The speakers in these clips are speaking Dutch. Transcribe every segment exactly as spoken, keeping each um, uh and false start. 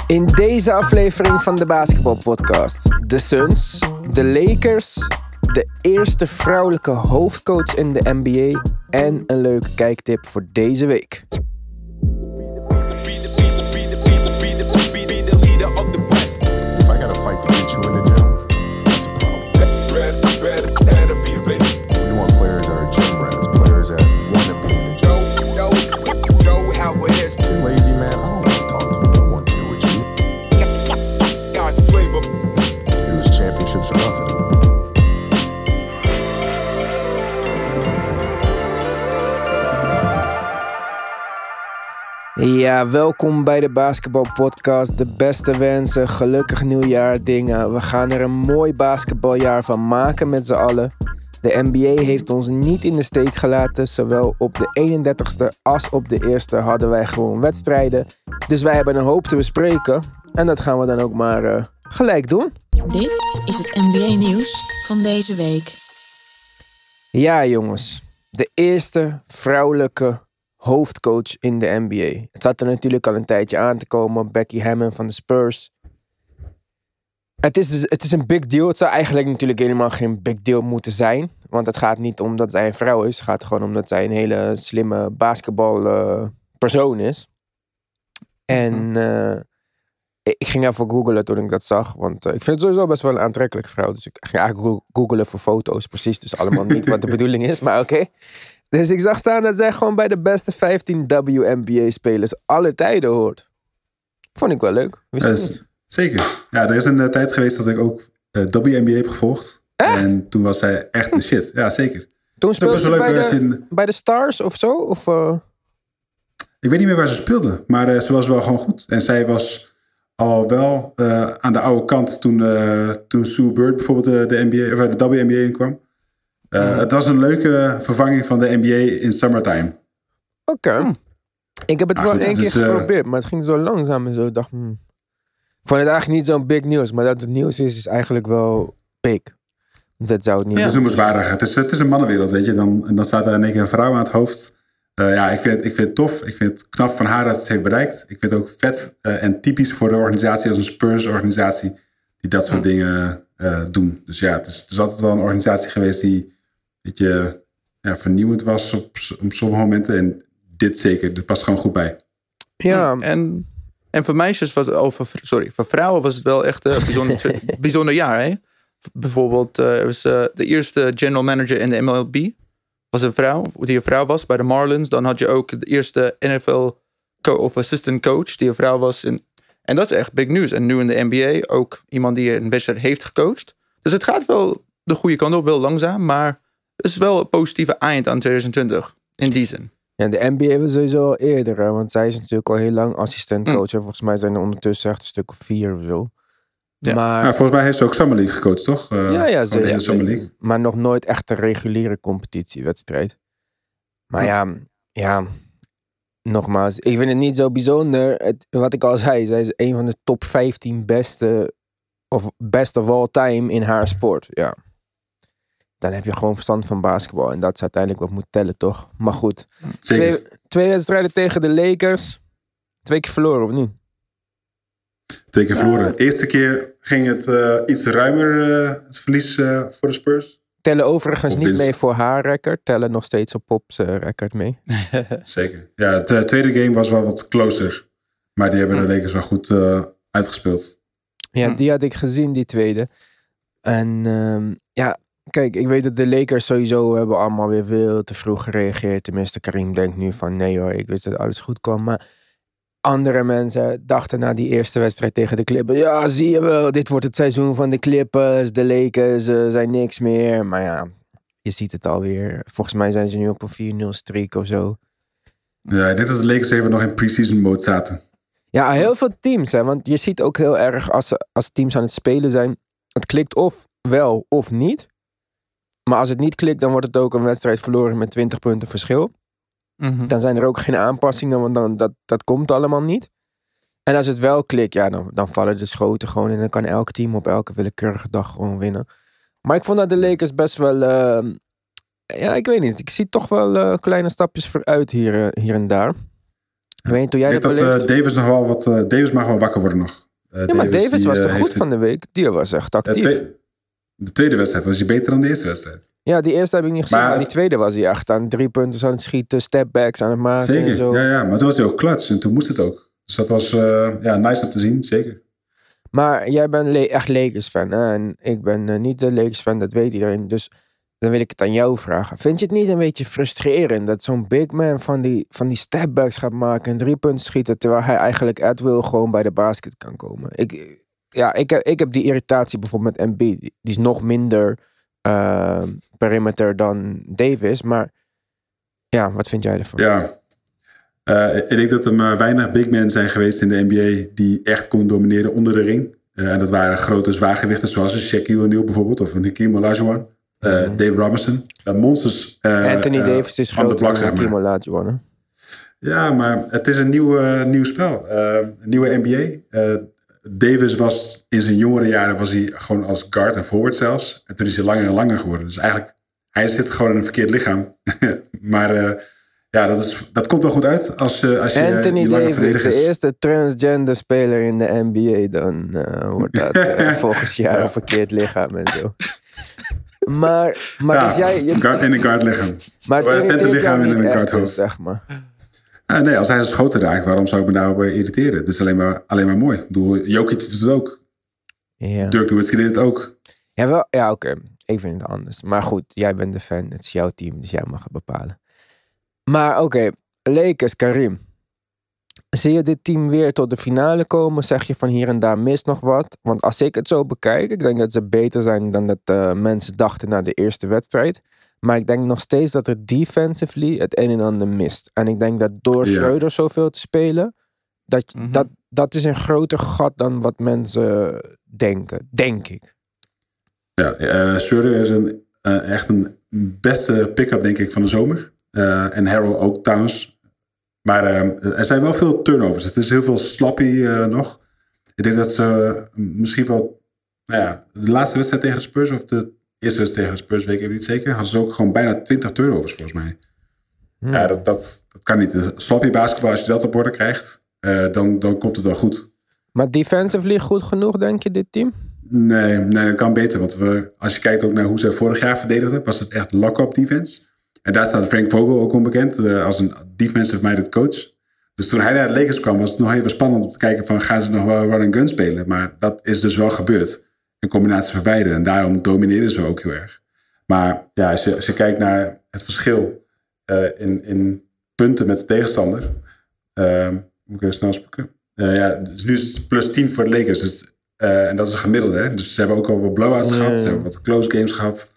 In deze aflevering van de basketbalpodcast. De Suns, de Lakers, de eerste vrouwelijke hoofdcoach in de N B A en een leuke kijktip voor deze week. Ja, welkom bij de basketbalpodcast. De beste wensen, gelukkig nieuwjaar dingen. We gaan er een mooi basketbaljaar van maken met z'n allen. De N B A heeft ons niet in de steek gelaten. Zowel op de eenendertigste als op de eerste hadden wij gewoon wedstrijden. Dus wij hebben een hoop te bespreken. En dat gaan we dan ook maar uh, gelijk doen. Dit is het N B A-nieuws van deze week. Ja, jongens. De eerste vrouwelijke hoofdcoach in de N B A. Het zat er natuurlijk al een tijdje aan te komen. Becky Hammon van de Spurs. Het is, dus, het is een big deal. Het zou eigenlijk natuurlijk helemaal geen big deal moeten zijn. Want het gaat niet om dat zij een vrouw is. Het gaat gewoon om dat zij een hele slimme basketbalpersoon uh, is. En uh, ik ging even googlen toen ik dat zag. Want uh, ik vind het sowieso best wel een aantrekkelijke vrouw. Dus ik ging eigenlijk googlen voor foto's. Precies, dus allemaal niet wat de bedoeling is. Maar oké. Okay. Dus ik zag staan dat zij gewoon bij de beste vijftien W N B A-spelers alle tijden hoort. Vond ik wel leuk. Wist je uh, zeker. Ja, er is een uh, tijd geweest dat ik ook uh, W N B A heb gevolgd. Echt? En toen was zij echt de shit. Ja, zeker. Toen speelde ze bij de, in... bij de Stars of zo? Of, uh... Ik weet niet meer waar ze speelde. Maar uh, ze was wel gewoon goed. En zij was al wel uh, aan de oude kant toen, uh, toen Sue Bird bijvoorbeeld uh, de, N B A, of de W N B A inkwam. Uh, mm. Het was een leuke vervanging van de N B A in summertime. Oké. Okay. Mm. Ik heb het ah, wel goed, één keer is, geprobeerd, uh... maar het ging zo langzaam en zo. Ik dacht, hmm. Ik vond het eigenlijk niet zo'n big nieuws. Maar dat het nieuws is, is eigenlijk wel big. Dat zou het niet ja. Het is noemenswaardig. Het is, het is een mannenwereld, weet je. Dan, dan staat er in één keer een vrouw aan het hoofd. Uh, ja, ik vind, het, ik vind het tof. Ik vind het knap van haar dat het heeft bereikt. Ik vind het ook vet uh, en typisch voor de organisatie als een Spurs-organisatie die dat soort mm. dingen uh, doen. Dus ja, het is, het is altijd wel een organisatie geweest die weet je, ja, vernieuwend was op, op sommige momenten. En dit zeker, dat past gewoon goed bij. Ja, en, en voor meisjes was het, oh, voor, sorry, voor vrouwen was het wel echt een bijzonder, bijzonder jaar. Hè? Bijvoorbeeld, uh, was, uh, de eerste general manager in de M L B was een vrouw, die een vrouw was bij de Marlins. Dan had je ook de eerste N F L co- of assistant coach die een vrouw was. In, en dat is echt big news. En nu in de N B A ook iemand die een wedstrijd heeft gecoacht. Dus het gaat wel de goede kant op, wel langzaam, maar het is wel een positieve eind aan twintig twintig, in die zin. Ja, de N B A was sowieso al eerder, hè, want zij is natuurlijk al heel lang assistentcoach. Mm. Volgens mij zijn er ondertussen echt een stuk of vier of zo. Ja. Maar... Ja, volgens mij heeft ze ook Summer League gecoacht, toch? Uh, ja, ja, zeker. De Summer League. Maar nog nooit echt een reguliere competitiewedstrijd. Maar ja, ja, ja, nogmaals, ik vind het niet zo bijzonder. Het, wat ik al zei, zij is een van de top vijftien beste, of best of all time in haar sport, ja. Dan heb je gewoon verstand van basketbal. En dat is uiteindelijk wat moet tellen, toch? Maar goed. Twee, twee wedstrijden tegen de Lakers. Twee keer verloren, of niet? Twee keer verloren. De eerste keer ging het uh, iets ruimer, uh, het verlies uh, voor de Spurs. Tellen overigens niet mee voor haar record. Tellen nog steeds op Pop's uh, record mee. Zeker. Ja, de tweede game was wel wat closer. Maar die hebben de Lakers wel goed uh, uitgespeeld. Ja, die had ik gezien, die tweede. En uh, ja... Kijk, ik weet dat de Lakers sowieso hebben allemaal weer veel te vroeg gereageerd. Tenminste, Karim denkt nu van nee hoor, ik wist dat alles goed kwam. Maar andere mensen dachten na die eerste wedstrijd tegen de Clippers, ja, zie je wel, dit wordt het seizoen van de Clippers. De Lakers uh, zijn niks meer. Maar ja, je ziet het alweer. Volgens mij zijn ze nu op een vier nul streak of zo. Ja, ik denk dat de Lakers even nog in pre-season mode zaten. Ja, heel veel teams. Hè, want je ziet ook heel erg als, als teams aan het spelen zijn. Het klikt of wel of niet. Maar als het niet klikt, dan wordt het ook een wedstrijd verloren met twintig punten verschil. Mm-hmm. Dan zijn er ook geen aanpassingen, want dan, dat, dat komt allemaal niet. En als het wel klikt, ja, dan, dan vallen de schoten gewoon. En dan kan elk team op elke willekeurige dag gewoon winnen. Maar ik vond dat de Lakers best wel... Uh, ja, ik weet niet. Ik zie toch wel uh, kleine stapjes vooruit hier, uh, hier en daar. Ik weet niet hoe jij Ik dat denk dat beleeft. uh, Davis nog wel wat. Uh, Davis mag wel wakker worden nog. Uh, Ja, maar Davis die, was uh, toch goed van de week? Die was echt actief. Uh, twee, de tweede wedstrijd was hij beter dan de eerste wedstrijd. Ja, die eerste heb ik niet gezien, maar, maar die tweede was hij echt aan drie punten aan het schieten, stepbacks aan het maken zeker, en zo. ja, ja, maar toen was hij ook clutch en toen moest het ook. Dus dat was uh, ja, nice om te zien, zeker. Maar jij bent le- echt Lakers-fan, hè? En ik ben uh, niet de Lakers-fan, dat weet iedereen. Dus dan wil ik het aan jou vragen. Vind je het niet een beetje frustrerend dat zo'n big man van die, van die stepbacks gaat maken en drie punten schieten, terwijl hij eigenlijk at will gewoon bij de basket kan komen? Ik, ja, ik, heb, ik heb die irritatie bijvoorbeeld met M B. Die is nog minder uh, perimeter dan Davis, maar ja, wat vind jij ervan? Ja, uh, ik denk dat er maar weinig big men zijn geweest in de N B A die echt konden domineren onder de ring. Uh, en dat waren grote zwaargewichten zoals Shaquille O'Neal bijvoorbeeld of Hakeem Olajuwon. Uh, mm-hmm. Dave Robinson. Uh, monsters. Uh, Anthony uh, Davis is groter dan Hakeem Olajuwon. Ja, maar het is een nieuw, uh, nieuw spel. Uh, een nieuwe N B A. Uh, Davis was in zijn jongere jaren was hij gewoon als guard en forward zelfs. En toen is hij langer en langer geworden. Dus eigenlijk, hij zit gewoon in een verkeerd lichaam. maar uh, ja, dat, is, dat komt wel goed uit als, uh, als je Anthony uh, Davis, de eerste transgender speler in de N B A. Dan uh, wordt dat uh, volgens jou ja. een verkeerd lichaam en zo. Maar, maar ja, dus jij... Je, guard in een guard lichaam. Maar het centerlichaam in een guard hoofd. Zeg maar. Ah, nee, als hij zijn schoten raakt, waarom zou ik me daarop irriteren? Het is alleen maar, alleen maar mooi. Ik bedoel, Jokic doet het ook. Ja. Dirk Nowitzki deed het ook. Ja, wel, ja oké. Okay. Ik vind het anders. Maar goed, jij bent de fan. Het is jouw team, dus jij mag het bepalen. Maar oké, okay. Lakers, Karim. Zie je dit team weer tot de finale komen? Zeg je van hier en daar mist nog wat? Want als ik het zo bekijk, ik denk dat ze beter zijn dan dat uh, mensen dachten na de eerste wedstrijd. Maar ik denk nog steeds dat er defensively het een en ander mist. En ik denk dat door yeah. Schreuder zoveel te spelen, dat, mm-hmm. dat, dat is een groter gat dan wat mensen denken. Denk ik. Ja, uh, Schreuder is een, uh, echt een beste pick-up, denk ik, van de zomer. Uh, en Harrell ook trouwens. Maar uh, er zijn wel veel turnovers. Het is heel veel sloppy uh, nog. Ik denk dat ze uh, misschien wel... Nou ja, de laatste wedstrijd tegen de Spurs of de eerste wedstrijd tegen de Spurs, weet ik even niet zeker, hadden ze ook gewoon bijna twintig turnovers volgens mij. Hmm. Ja, dat, dat, dat kan niet. Dus sloppy basketbal, als je dat op orde krijgt, uh, dan, dan komt het wel goed. Maar defensively goed genoeg, denk je, dit team? Nee, nee, dat kan beter. Want we, als je kijkt ook naar hoe ze vorig jaar verdedigden, was het echt lock-up defense. En daar staat Frank Vogel ook onbekend uh, als een defensive-minded coach. Dus toen hij naar de Lakers kwam, was het nog even spannend om te kijken van, gaan ze nog wel run and gun spelen? Maar dat is dus wel gebeurd. Een combinatie van beide. En daarom domineerden ze ook heel erg. Maar ja, als je, als je kijkt naar het verschil uh, in, in punten met de tegenstander. Uh, moet ik even snel spoeken. Uh, ja, dus nu is het plus tien voor de Lakers. Dus, uh, en dat is een gemiddelde. Hè? Dus ze hebben ook al wat blowouts nee. gehad. Ze hebben wat close games gehad.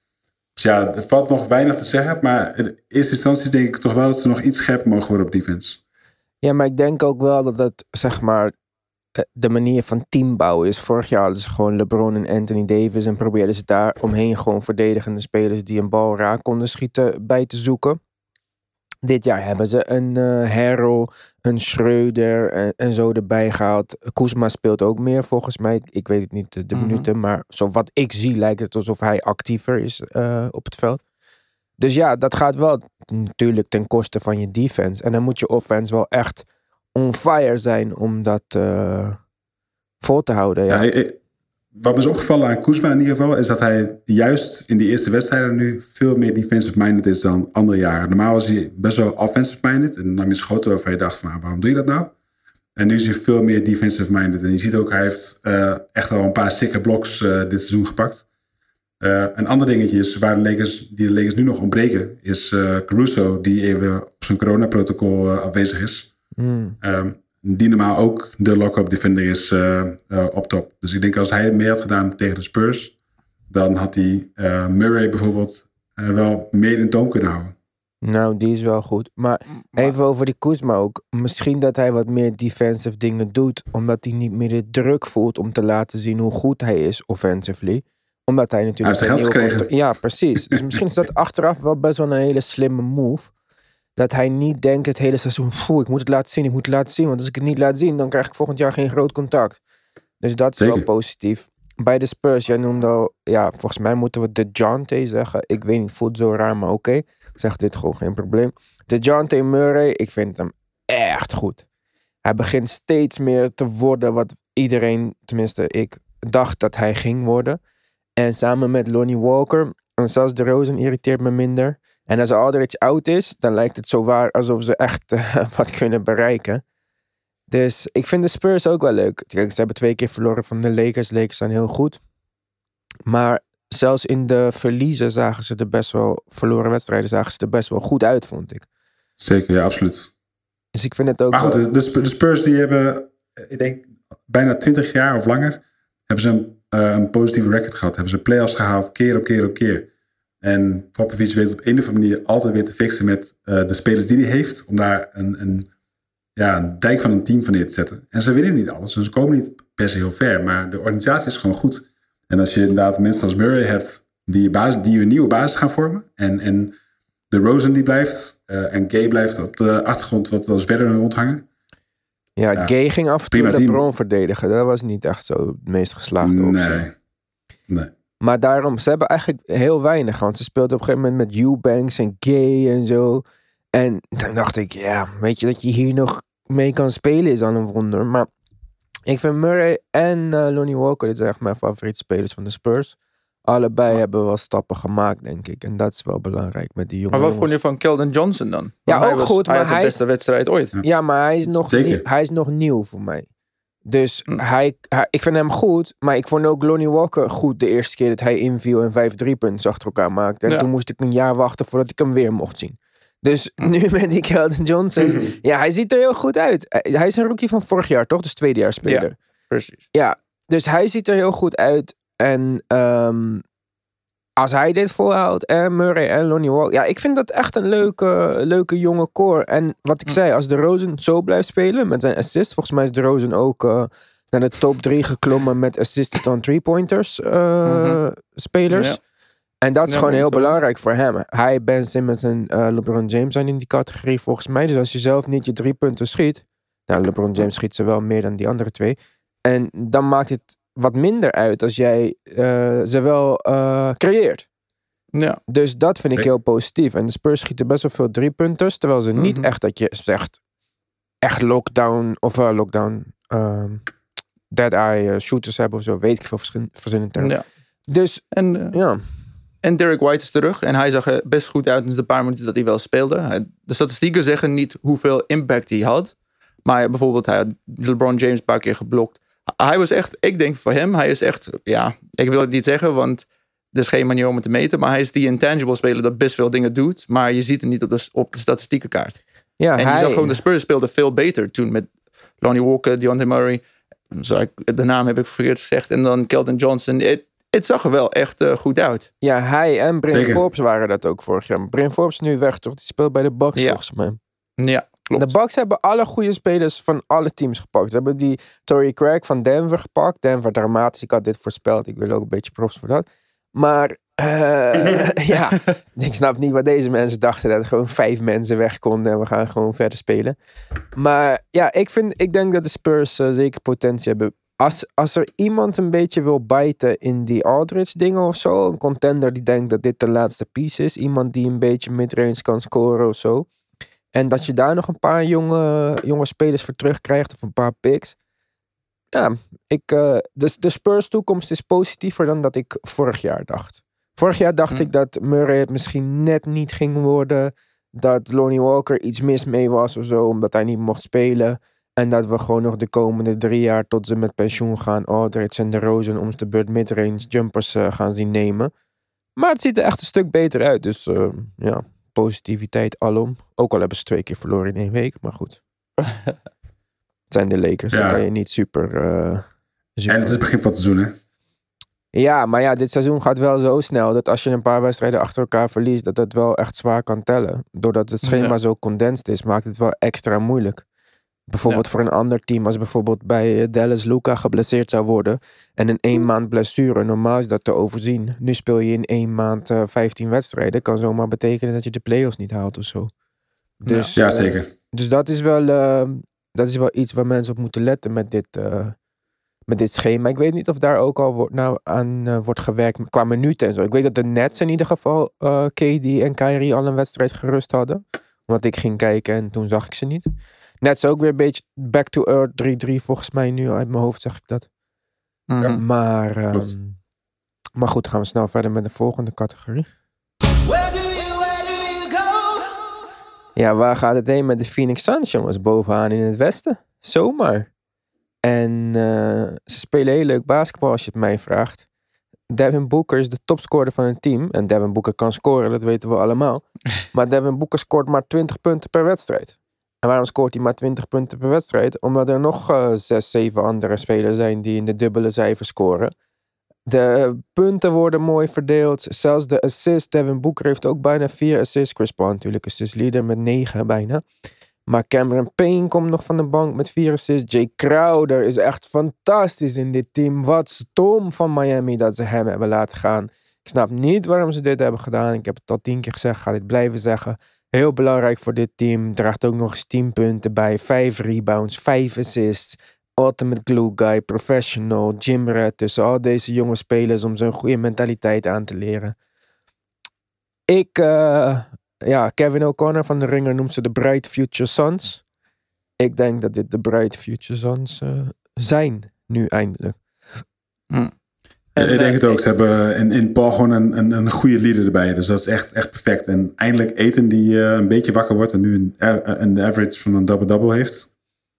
Dus ja, er valt nog weinig te zeggen. Maar in eerste instantie denk ik toch wel dat ze nog iets scherper mogen worden op defense. Ja, maar ik denk ook wel dat het, zeg maar, de manier van teambouwen is. Vorig jaar hadden ze gewoon LeBron en Anthony Davis en probeerden ze daar omheen gewoon verdedigende spelers die een bal raak konden schieten bij te zoeken. Dit jaar hebben ze een uh, Harrell, een Schreuder en, en zo erbij gehaald. Kuzma speelt ook meer volgens mij. Ik weet het niet de, de mm-hmm. minuten, maar zo wat ik zie lijkt het alsof hij actiever is uh, op het veld. Dus ja, dat gaat wel natuurlijk ten koste van je defense. En dan moet je offense wel echt on fire zijn om dat uh, vol te houden. Ja. Ja, wat me is opgevallen aan Kuzma in ieder geval, is dat hij juist in die eerste wedstrijden nu veel meer defensive-minded is dan andere jaren. Normaal was hij best wel offensive-minded en dan nam je schoten waarvan je dacht van, waarom doe je dat nou? En nu is hij veel meer defensive-minded. En je ziet ook, hij heeft uh, echt al een paar sikke blocks uh, dit seizoen gepakt. Uh, een ander dingetje is, waar de Lakers, die de Lakers nu nog ontbreken, is uh, Caruso, die even op zijn coronaprotocol uh, afwezig is. Mm. Um, die normaal ook de lock-up defender is uh, uh, op top. Dus ik denk als hij meer had gedaan tegen de Spurs, dan had hij uh, Murray bijvoorbeeld uh, wel meer in toom kunnen houden. Nou, die is wel goed. Maar even over die Kuzma ook. Misschien dat hij wat meer defensive dingen doet, omdat hij niet meer de druk voelt om te laten zien hoe goed hij is offensively. Omdat hij natuurlijk... Hij heeft geld gekregen. Contra- ja, precies. Dus misschien is dat achteraf wel best wel een hele slimme move. Dat hij niet denkt het hele seizoen, ik moet het laten zien, ik moet het laten zien. Want als ik het niet laat zien, dan krijg ik volgend jaar geen groot contract. Dus dat is Zeker. wel positief. Bij de Spurs, jij noemde al, ja, volgens mij moeten we DeJounte zeggen. Ik weet niet, voelt zo raar, maar oké. Okay. Ik zeg dit gewoon, geen probleem. DeJounte Murray, ik vind hem echt goed. Hij begint steeds meer te worden wat iedereen, tenminste ik, dacht dat hij ging worden. En samen met Lonnie Walker, en zelfs DeRozan irriteert me minder. En als Aldridge oud is, dan lijkt het zo waar alsof ze echt uh, wat kunnen bereiken. Dus ik vind de Spurs ook wel leuk. Kijk, ze hebben twee keer verloren van de Lakers. Lakers zijn heel goed. Maar zelfs in de verliezen zagen ze er best wel, verloren wedstrijden zagen ze er best wel goed uit, vond ik. Zeker, ja, absoluut. Dus ik vind het ook... Maar goed, de, de Spurs die hebben, ik denk, bijna twintig jaar of langer, hebben ze een, uh, een positieve record gehad. Hebben ze playoffs gehaald, keer op keer op keer. En Popovich weet op een of andere manier altijd weer te fixen met uh, de spelers die hij heeft, om daar een, een, ja, een dijk van een team van neer te zetten. En ze winnen niet alles, dus ze komen niet per se heel ver, maar de organisatie is gewoon goed. En als je inderdaad mensen als Murray hebt die je, basis, die je een nieuwe basis gaan vormen, en, en DeRozan die blijft, uh, en Gay blijft op de achtergrond wat als verder rondhangen. Ja, ja, Gay ging af en toe de bron verdedigen. Dat was niet echt zo het meest geslaagde optie. Nee, nee. Maar daarom, ze hebben eigenlijk heel weinig. Want ze speelden op een gegeven moment met Eubanks en Gay en zo. En dan dacht ik, ja, weet je dat je hier nog mee kan spelen is al een wonder. Maar ik vind Murray en uh, Lonnie Walker, dit zijn echt mijn favoriete spelers van de Spurs. Allebei hebben wel stappen gemaakt, denk ik. En dat is wel belangrijk met die jongen. Maar wat vond je van Keldon Johnson dan? Ja, hij ook was, goed. Hij maar had de hij beste is, wedstrijd ooit. Ja, maar hij is nog, nieuw, hij is nog nieuw voor mij. Dus Hm. hij, hij, ik vind hem goed. Maar ik vond ook Lonnie Walker goed de eerste keer dat hij inviel en vijf driepunten achter elkaar maakte. En Ja. toen moest ik een jaar wachten voordat ik hem weer mocht zien. Dus nu met die Keldon Johnson. Ja, hij ziet er heel goed uit. Hij, hij is een rookie van vorig jaar, toch? Dus tweede jaar speler. Ja, precies. Ja, dus hij ziet er heel goed uit. En um, als hij dit volhoudt, en Murray en Lonnie Walker. Ja, ik vind dat echt een leuke, leuke jonge core. En wat ik zei, als DeRozan zo blijft spelen met zijn assist. Volgens mij is DeRozan ook uh, naar de top drie geklommen met assisted on three-pointers uh, mm-hmm. spelers. Ja. En dat is ja, gewoon heel belangrijk voor hem. Hij, Ben Simmons en uh, LeBron James zijn in die categorie volgens mij. Dus als je zelf niet je drie punten schiet. Nou, LeBron James schiet ze wel meer dan die andere twee. En dan maakt het wat minder uit als jij uh, ze wel uh, creëert. Ja. Dus dat vind ik heel positief. En de Spurs schieten best wel veel driepunters. Terwijl ze mm-hmm. niet echt dat je zegt echt lockdown of uh, lockdown um, dead eye uh, shooters hebben of zo. Weet ik veel verzinnen termen. Ja. Dus en, uh, ja. En Derek White is terug. En hij zag er best goed uit in de paar minuten dat hij wel speelde. De statistieken zeggen niet hoeveel impact hij had. Maar bijvoorbeeld hij had LeBron James een paar keer geblokt. Hij was echt, ik denk voor hem, hij is echt, ja, ik wil het niet zeggen, want er is geen manier om het te meten. Maar hij is die intangible speler dat best veel dingen doet. Maar je ziet het niet op de, op de statistiekenkaart. Ja, en hij... je zag gewoon, de Spurs speelden veel beter toen met Lonnie Walker, DeJounte Murray. Sorry, de naam heb ik verkeerd gezegd. En dan Keldon Johnson. Het, het zag er wel echt uh, goed uit. Ja, hij en Bryn Forbes waren dat ook vorig jaar. Bryn Forbes is nu weg, toch? Die speelt bij de Bucks, ja. volgens mij. Ja, klopt. De Bucks hebben alle goede spelers van alle teams gepakt. Ze hebben die Torrey Craig van Denver gepakt. Denver dramatisch. Ik had dit voorspeld. Ik wil ook een beetje props voor dat. Maar uh, ja, ik snap niet wat deze mensen dachten. Dat er gewoon vijf mensen weg konden en we gaan gewoon verder spelen. Maar ja, ik, vind, ik denk dat de Spurs uh, zeker potentie hebben. Als, als er iemand een beetje wil bijten in die Aldridge dingen of zo. Een contender die denkt dat dit de laatste piece is. Iemand die een beetje midrange kan scoren of zo. En dat je daar nog een paar jonge, jonge spelers voor terugkrijgt. Of een paar picks. Ja, ik, uh, de, de Spurs toekomst is positiever dan dat ik vorig jaar dacht. Vorig jaar dacht hm. ik dat Murray het misschien net niet ging worden. Dat Lonnie Walker iets mis mee was of zo. Omdat hij niet mocht spelen. En dat we gewoon nog de komende drie jaar tot ze met pensioen gaan. Aldridge en DeRozan om de beurt midrange jumpers uh, gaan zien nemen. Maar het ziet er echt een stuk beter uit. Dus uh, ja, positiviteit alom. Ook al hebben ze twee keer verloren in één week. Maar goed. Het zijn de Lakers. Ja. Dan kan je niet super, uh, super... En het is het begin van het seizoen, hè? Ja, maar ja, dit seizoen gaat wel zo snel dat als je een paar wedstrijden achter elkaar verliest, dat het wel echt zwaar kan tellen. Doordat het schema ja. zo condensed is, maakt het wel extra moeilijk. Bijvoorbeeld ja. voor een ander team, als bijvoorbeeld bij Dallas Luka geblesseerd zou worden en in één maand blessure, normaal is dat te overzien. Nu speel je in één maand uh, vijftien wedstrijden, kan zomaar betekenen dat je de play-offs niet haalt of zo. Dus, ja, zeker. Uh, dus dat is wel, uh, dat is wel iets waar mensen op moeten letten met dit, uh, met dit schema. Ik weet niet of daar ook al wordt, nou, aan uh, wordt gewerkt qua minuten en zo. Ik weet dat de Nets in ieder geval uh, K D en Kyrie al een wedstrijd gerust hadden. Want ik ging kijken en toen zag ik ze niet. Nets ook weer een beetje back to earth. drie drie volgens mij nu. Uit mijn hoofd zeg ik dat. Mm-hmm. Maar, um, maar goed, gaan we snel verder met de volgende categorie. Where do you, where do you go? Ja, waar gaat het heen met de Phoenix Suns, jongens? Bovenaan in het westen. Zomaar. En uh, ze spelen heel leuk basketbal als je het mij vraagt. Devin Booker is de topscorer van het team. En Devin Booker kan scoren, dat weten we allemaal. Maar Devin Booker scoort maar twintig punten per wedstrijd. En waarom scoort hij maar twintig punten per wedstrijd? Omdat er nog uh, zes, zeven andere spelers zijn die in de dubbele cijfers scoren. De punten worden mooi verdeeld. Zelfs de assists. Devin Booker heeft ook bijna vier assists. Chris Paul natuurlijk assist leader met negen bijna. Maar Cameron Payne komt nog van de bank met vier assists. Jay Crowder is echt fantastisch in dit team. Wat stom van Miami dat ze hem hebben laten gaan. Ik snap niet waarom ze dit hebben gedaan. Ik heb het al tien keer gezegd. Ga dit blijven zeggen. Heel belangrijk voor dit team. Draagt ook nog eens tien punten bij. vijf rebounds, vijf assists. Ultimate glue guy, professional, gym rat. Tussen al deze jonge spelers om zo'n goede mentaliteit aan te leren. Ik... Uh, Ja, Kevin O'Connor van de Ringer noemt ze de Bright Future Suns. Ik denk dat dit de Bright Future Suns uh, zijn, nu eindelijk. Hm. En, ik denk het ook. Ze hebben in, in Paul gewoon een, een, een goede leader erbij. Dus dat is echt, echt perfect. En eindelijk Ayton die uh, een beetje wakker wordt en nu een, een average van een double-double heeft.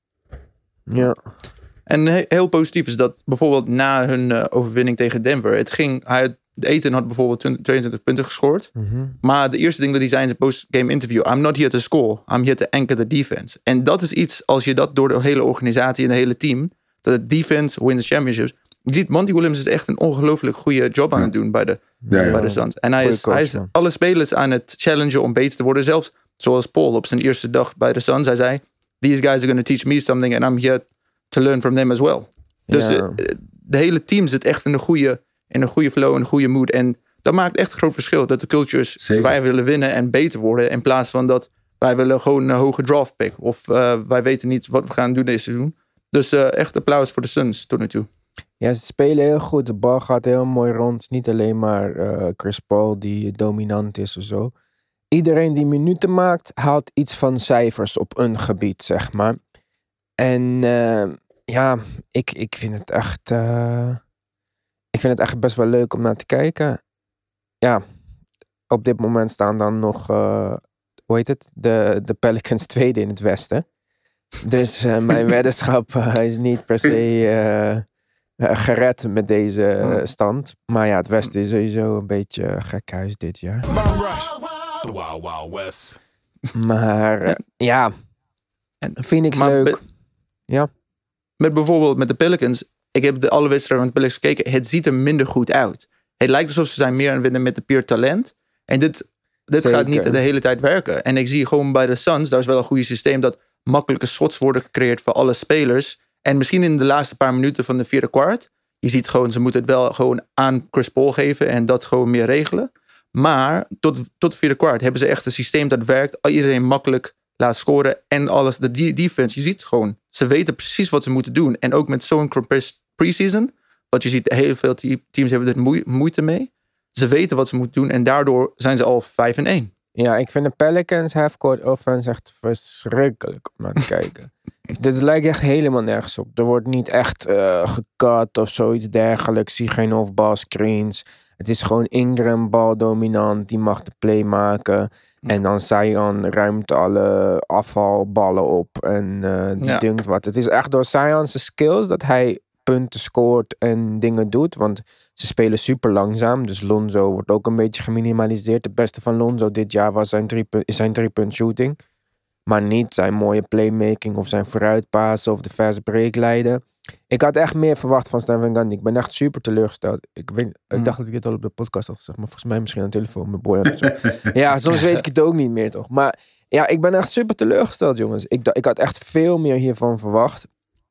Ja. En he- heel positief is dat bijvoorbeeld na hun uh, overwinning tegen Denver, het ging, hij, Ayton had bijvoorbeeld twintig, tweeëntwintig punten gescoord. Mm-hmm. Maar de eerste ding dat hij zei in zijn post-game interview, I'm not here to score, I'm here to anchor the defense. En dat is iets, als je dat door de hele organisatie en het hele team, dat het defense wins championships. Je ziet, Monty Williams is echt een ongelooflijk goede job aan het doen bij de, Ja, ja. bij de Suns. En hij is, coach, hij is man. alle spelers aan het challengen om beter te worden. Zelfs zoals Paul op zijn eerste dag bij de Suns. Hij zei, these guys are going to teach me something and I'm here to learn from them as well. Dus Ja. uh, de hele team zit echt in een goede, in een goede flow, in een goede mood. En dat maakt echt een groot verschil. Dat de cultures, Zeker. wij willen winnen en beter worden. In plaats van dat wij willen gewoon een hoge draft pick. Of uh, wij weten niet wat we gaan doen deze seizoen. Dus uh, echt applaus voor de Suns tot nu toe. Ja, ze spelen heel goed. De bal gaat heel mooi rond. Niet alleen maar uh, Chris Paul die dominant is of zo. Iedereen die minuten maakt, haalt iets van cijfers op een gebied, zeg maar. En uh, ja, ik, ik vind het echt... Uh, ik vind het echt best wel leuk om naar te kijken. Ja, op dit moment staan dan nog... Uh, hoe heet het? De, de Pelicans tweede in het westen. Dus uh, mijn weddenschap uh, is niet per se... Uh, Uh, gered met deze uh, stand. Maar ja, het Westen is sowieso een beetje uh, gek huis dit jaar. The Wild Wild West. Maar uh, ja, Phoenix maar leuk. be- ja. Met bijvoorbeeld met de Pelicans. Ik heb de alle wedstrijden van de Pelicans gekeken. Het ziet er minder goed uit. Het lijkt alsof ze zijn meer aan het winnen met de puur talent. En dit, dit Zeker. gaat niet de hele tijd werken. En ik zie gewoon bij de Suns, daar is wel een goed systeem dat makkelijke shots worden gecreëerd voor alle spelers. En misschien in de laatste paar minuten van de vierde kwart. Je ziet gewoon, ze moeten het wel gewoon aan Chris Paul geven en dat gewoon meer regelen. Maar tot, tot de vierde kwart hebben ze echt een systeem dat werkt. Iedereen makkelijk laat scoren en alles. De de- defense, je ziet gewoon, ze weten precies wat ze moeten doen. En ook met zo'n compressed preseason, wat je ziet, heel veel te- teams hebben er moe- moeite mee. Ze weten wat ze moeten doen en daardoor zijn ze al vijf en één. ja, ik vind de Pelicans half-court offense echt verschrikkelijk om naar te kijken. Dit lijkt echt helemaal nergens op. Er wordt niet echt uh, gecut of zoiets dergelijks. Zie geen off-ball screens. Het is gewoon Ingram baldominant. Die mag de play maken. En dan Zion ruimt alle afvalballen op. En uh, die Ja. dunkt wat. Het is echt door Zion's skills dat hij punten scoort en dingen doet. Want ze spelen super langzaam. Dus Lonzo wordt ook een beetje geminimaliseerd. Het beste van Lonzo dit jaar was zijn drie punt, zijn drie-punt shooting. Maar niet zijn mooie playmaking of zijn vooruitpassen of de fast break leiden. Ik had echt meer verwacht van Stephen Gundy. Ik ben echt super teleurgesteld. Ik, weet, ik dacht dat ik dit al op de podcast had gezegd. Maar volgens mij misschien aan de telefoon met Boy of zo. Ja, soms weet ik het ook niet meer toch. Maar ja, ik ben echt super teleurgesteld jongens. Ik, ik had echt veel meer hiervan verwacht.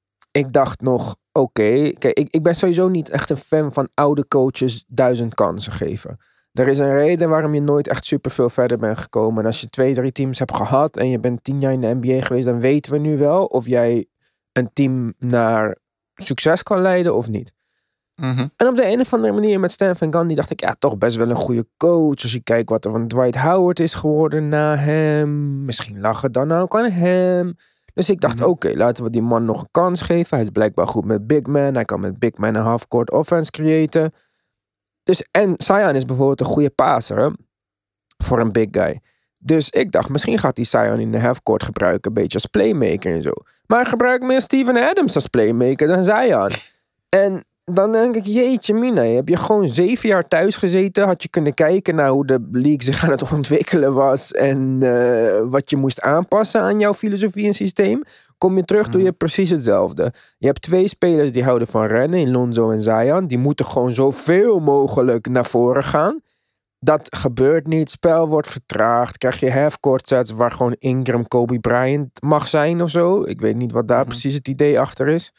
Ik dacht nog, oké. Okay, kijk, ik, ik ben sowieso niet echt een fan van oude coaches duizend kansen geven. Er is een reden waarom je nooit echt super veel verder bent gekomen. En als je twee, drie teams hebt gehad en je bent tien jaar in de N B A geweest, dan weten we nu wel of jij een team naar succes kan leiden of niet. Mm-hmm. En op de een of andere manier met Stan Van Gundy dacht ik, ja, toch best wel een goede coach. Als je kijkt wat er van Dwight Howard is geworden na hem. Misschien lag het dan ook aan hem. Dus ik dacht, Mm-hmm. oké, okay, laten we die man nog een kans geven. Hij is blijkbaar goed met big man. Hij kan met big man een half-court offense creëren. Dus, en Zion is bijvoorbeeld een goede passer, hè? Voor een big guy. Dus ik dacht, misschien gaat hij Zion in de half-court gebruiken. Een beetje als playmaker en zo. Maar hij gebruikt meer Steven Adams als playmaker dan Zion. En dan denk ik, jeetje mina, heb je gewoon zeven jaar thuis gezeten? Had je kunnen kijken naar hoe de league zich aan het ontwikkelen was en uh, wat je moest aanpassen aan jouw filosofie en systeem? Kom je terug, doe je precies hetzelfde. Je hebt twee spelers die houden van rennen, in Lonzo en Zion. Die moeten gewoon zoveel mogelijk naar voren gaan. Dat gebeurt niet. Spel wordt vertraagd. Krijg je half-court sets waar gewoon Ingram, Kobe Bryant mag zijn of zo. Ik weet niet wat daar mm-hmm. precies het idee achter is.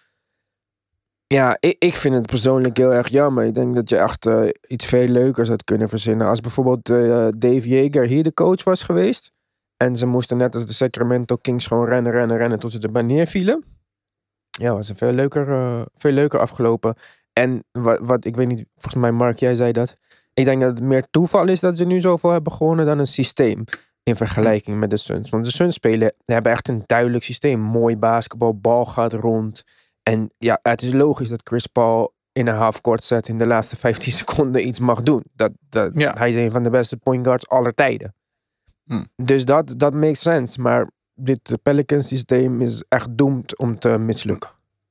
Ja, ik, ik vind het persoonlijk heel erg jammer. Ik denk dat je echt uh, iets veel leukers had kunnen verzinnen. Als bijvoorbeeld uh, Dave Joerger hier de coach was geweest. En ze moesten net als de Sacramento Kings gewoon rennen, rennen, rennen tot ze erbij neervielen. Ja, was een veel leuker, uh, veel leuker afgelopen. En wat, wat, ik weet niet, volgens mij Mark, jij zei dat. Ik denk dat het meer toeval is dat ze nu zoveel hebben gewonnen dan een systeem. In vergelijking met de Suns. Want de Suns spelen, hebben echt een duidelijk systeem. Mooi basketbal, bal gaat rond. En ja, het is logisch dat Chris Paul in een half-court set in de laatste vijftien seconden iets mag doen. Dat, dat, ja. Hij is een van de beste point guards aller tijden. Hm. Dus dat, dat makes sense. Maar dit Pelicans systeem is echt doemd om te mislukken.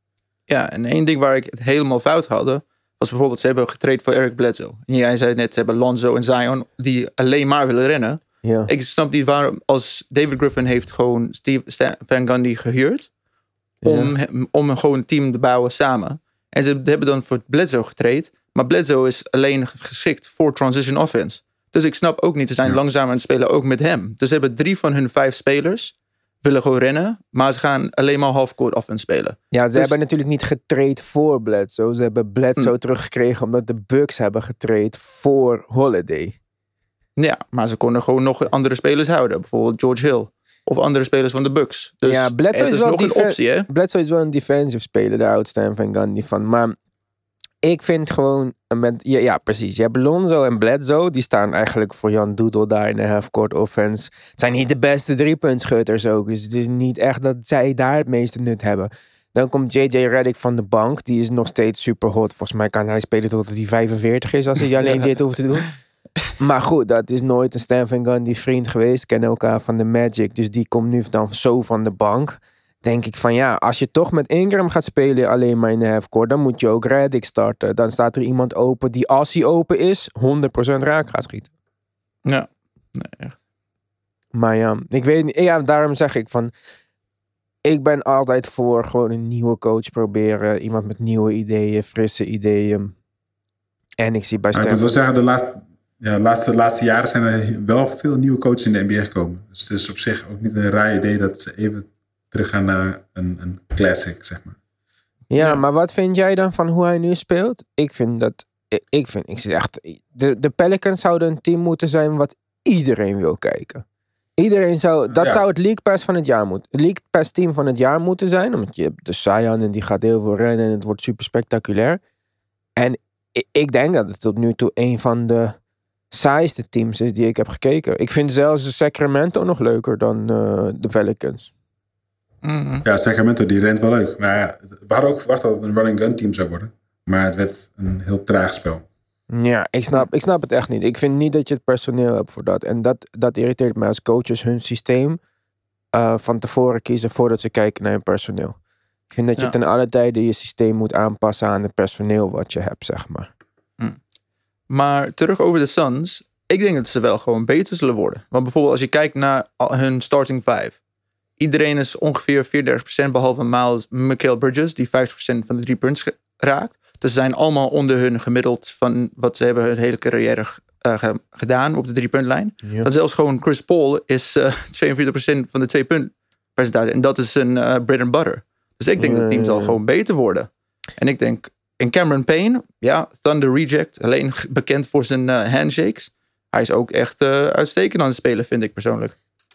Ja, en één ding waar ik het helemaal fout hadden, was bijvoorbeeld, ze hebben getraind voor Eric Bledsoe. En jij zei net, ze hebben Lonzo en Zion die alleen maar willen rennen. Ja. Ik snap niet waarom, als David Griffin heeft gewoon Steve Stan Van Gundy gehuurd. Om, ja. om gewoon een team te bouwen samen. En ze hebben dan voor Bledsoe getraind. Maar Bledsoe is alleen geschikt voor transition offense. Dus ik snap ook niet, ze zijn ja. langzaam aan het spelen ook met hem. Dus ze hebben drie van hun vijf spelers willen gewoon rennen. Maar ze gaan alleen maar half-court offense spelen. Ja, ze dus, hebben natuurlijk niet getraind voor Bledsoe. Ze hebben Bledsoe hm. teruggekregen omdat de Bucks hebben getraind voor Holiday. Ja, maar ze konden gewoon nog andere spelers houden. Bijvoorbeeld George Hill. Of andere spelers van de Bucks. Dus ja, Bledsoe het is, is wel nog defen- een optie, hè? Bledsoe is wel een defensive speler, daar houdt Stan Van Gundy van. Maar ik vind gewoon, met, ja, ja precies, je hebt Lonzo en Bledsoe, die staan eigenlijk voor Jan Doedel daar in de half-court offense. Het zijn niet de beste driepuntschutters ook, dus het is niet echt dat zij daar het meeste nut hebben. Dan komt J J Redick van de bank, die is nog steeds super hot. Volgens mij kan hij spelen totdat hij vijfenveertig is, als hij alleen ja. dit hoeft te doen. Maar goed, dat is nooit een Stan Van Gundy vriend geweest. Kennen elkaar van de Magic. Dus die komt nu dan zo van de bank. Denk ik van ja, als je toch met Ingram gaat spelen alleen maar in de halfcourt, dan moet je ook Redick starten. Dan staat er iemand open die als hij open is, honderd procent raak gaat schieten. Ja, nee, echt. Maar ja, ik weet niet. Ja, daarom zeg ik van, ik ben altijd voor gewoon een nieuwe coach proberen. Iemand met nieuwe ideeën, frisse ideeën. En ik zie bij Stan. Ik moet wel zeggen, de laatste... Ja, de laatste, de laatste jaren zijn er wel veel nieuwe coaches in de N B A gekomen. Dus het is op zich ook niet een raar idee dat ze even terug gaan naar een, een classic, zeg maar. Ja, ja, maar wat vind jij dan van hoe hij nu speelt? Ik vind dat... Ik vind, ik zeg echt... De, de Pelicans zouden een team moeten zijn wat iedereen wil kijken. Iedereen zou... Dat ja. zou het League Pass van het jaar moeten... Het League Pass team van het jaar moeten zijn. Omdat je hebt de Zion en die gaat heel veel rennen en het wordt super spectaculair. En ik, ik denk dat het tot nu toe een van de saaiste teams is die ik heb gekeken. Ik vind zelfs de Sacramento nog leuker dan uh, de Pelicans. Mm-hmm. Ja, Sacramento die rent wel leuk. Maar ja, we hadden ook verwacht dat het een running gun team zou worden. Maar het werd een heel traag spel. Ja, ik snap, ik snap het echt niet. Ik vind niet dat je het personeel hebt voor dat. En dat, dat irriteert mij als coaches hun systeem uh, van tevoren kiezen voordat ze kijken naar hun personeel. Ik vind dat je ja. ten alle tijde je systeem moet aanpassen aan het personeel wat je hebt, zeg maar. Mm. Maar terug over de Suns. Ik denk dat ze wel gewoon beter zullen worden. Want bijvoorbeeld als je kijkt naar hun starting five. Iedereen is ongeveer vierendertig procent behalve Miles Mikal Bridges, die vijftig procent van de drie punts raakt. Dus ze zijn allemaal onder hun gemiddeld van wat ze hebben hun hele carrière uh, ge- gedaan op de drie-puntlijn. Ja. Dat zelfs gewoon Chris Paul is uh, tweeënveertig procent van de twee-punt percentage. En dat is een uh, bread and butter. Dus ik denk ja, dat het team zal ja, ja. gewoon beter worden. En ik denk, in Cameron Payne, ja, Thunder Reject, alleen bekend voor zijn uh, handshakes. Hij is ook echt uh, uitstekend aan het spelen, vind ik persoonlijk.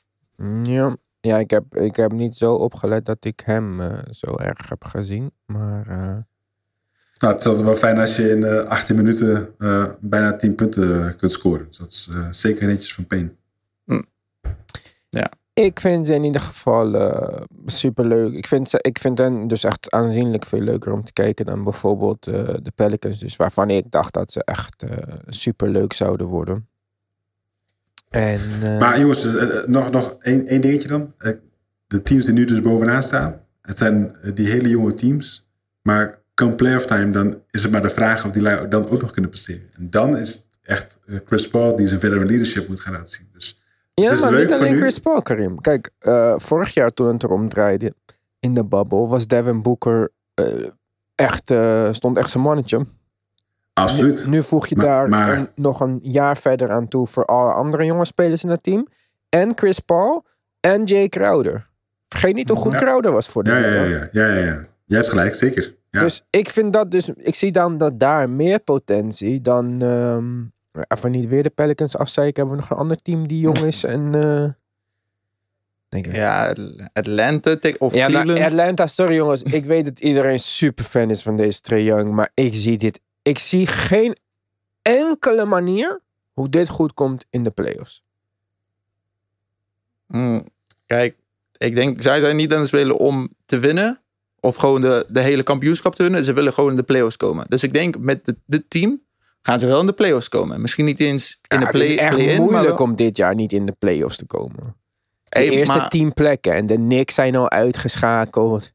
Ja. Ja, ik heb, ik heb niet zo opgelet dat ik hem uh, zo erg heb gezien. Maar... Uh... Nou, het is altijd wel fijn als je in uh, achttien minuten uh, bijna tien punten kunt scoren. Dus dat is uh, zeker netjes van Payne. Mm. Ja. Ik vind ze in ieder geval uh, superleuk. Ik vind, ze, ik vind hen dus echt aanzienlijk veel leuker om te kijken dan bijvoorbeeld uh, de Pelicans. Dus waarvan ik dacht dat ze echt uh, superleuk zouden worden. En, uh, maar jongens, uh, nog, nog één, één dingetje dan. Uh, de teams die nu dus bovenaan staan. Het zijn uh, die hele jonge teams. Maar come playoff time, dan is het maar de vraag of die lui dan ook nog kunnen presteren. En dan is het echt uh, Chris Paul die zijn verdere leadership moet gaan laten zien. Dus ja, maar niet alleen Chris Paul, Karim. Kijk, uh, vorig jaar toen het erom draaide in de bubble, was Devin Booker uh, echt, uh, stond echt zijn mannetje. Absoluut. Nu, nu voeg je maar, daar maar... Een, nog een jaar verder aan toe voor alle andere jonge spelers in het team. En Chris Paul en Jay Crowder. Vergeet niet hoe goed ja. Crowder was voor de ja, ja, ja, ja, ja, ja, ja. Jij hebt gelijk, zeker. Ja. Dus ik vind dat dus, ik zie dan dat daar meer potentie dan... Um, Even niet weer de Pelicans afzeiken. Hebben we nog een ander team die jong is en... Uh, denk ik. Ja, Atlanta of ja, Cleveland. Nou, Atlanta, sorry jongens. Ik weet dat iedereen super fan is van deze Trae Young. Maar ik zie dit... Ik zie geen enkele manier hoe dit goed komt in de playoffs. Hmm, kijk, ik denk... Zij zijn niet aan het spelen om te winnen. Of gewoon de, de hele kampioenschap te winnen. Ze willen gewoon in de playoffs komen. Dus ik denk met dit de team... gaan ze wel in de playoffs komen. Misschien niet eens in ja, de play-in. Het is echt play moeilijk om dit jaar niet in de playoffs te komen. De hey, eerste maar, tien plekken. En de Knicks zijn al uitgeschakeld.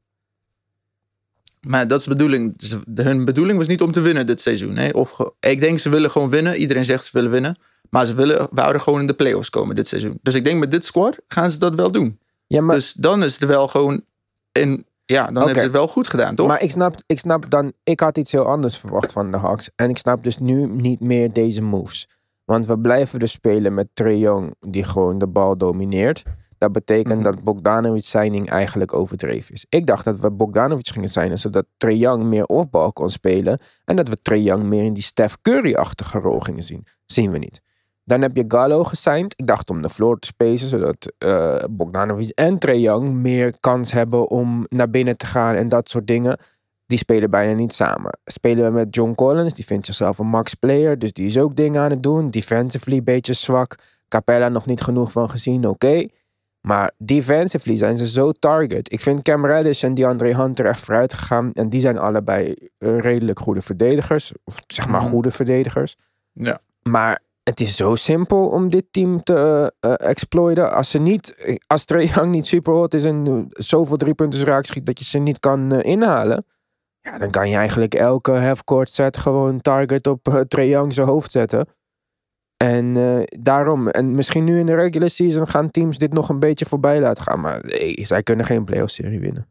Maar dat is de bedoeling. Hun bedoeling was niet om te winnen dit seizoen. Hè? Of, ik denk ze willen gewoon winnen. Iedereen zegt ze willen winnen. Maar ze willen, wouden gewoon in de playoffs komen dit seizoen. Dus ik denk met dit squad gaan ze dat wel doen. Ja, maar, dus dan is het wel gewoon... in. Ja, dan okay. hebben ze het wel goed gedaan, toch? Maar ik snap, ik snap dan... Ik had iets heel anders verwacht van de Hawks. En ik snap dus nu niet meer deze moves. Want we blijven dus spelen met Trae Young... die gewoon de bal domineert. Dat betekent mm-hmm. dat Bogdanovic signing eigenlijk overdreven is. Ik dacht dat we Bogdanovic gingen signen... zodat Trae Young meer off-ball kon spelen... en dat we Trae Young meer in die Steph Curry-achtige rol gingen zien. Zien we niet. Dan heb je Gallo gesigned. Ik dacht om de floor te spacen, zodat uh, Bogdanovic en Trae Young meer kans hebben om naar binnen te gaan en dat soort dingen. Die spelen bijna niet samen. Spelen we met John Collins, die vindt zichzelf een max player, dus die is ook dingen aan het doen. Defensively een beetje zwak. Capella nog niet genoeg van gezien, oké. Okay. Maar defensively zijn ze zo target. Ik vind Cam Reddish en DeAndre Hunter echt vooruit gegaan. En die zijn allebei uh, redelijk goede verdedigers. Of zeg maar goede verdedigers. Ja. Maar het is zo simpel om dit team te uh, uh, exploiten. Als ze niet, als Trae Young niet super hot is en uh, zoveel driepunters raak schiet dat je ze niet kan uh, inhalen. Ja, dan kan je eigenlijk elke halfcourt set gewoon target op uh, Trae Young zijn hoofd zetten. En uh, daarom, en misschien nu in de regular season gaan teams dit nog een beetje voorbij laten gaan. Maar nee, zij kunnen geen playoff serie winnen.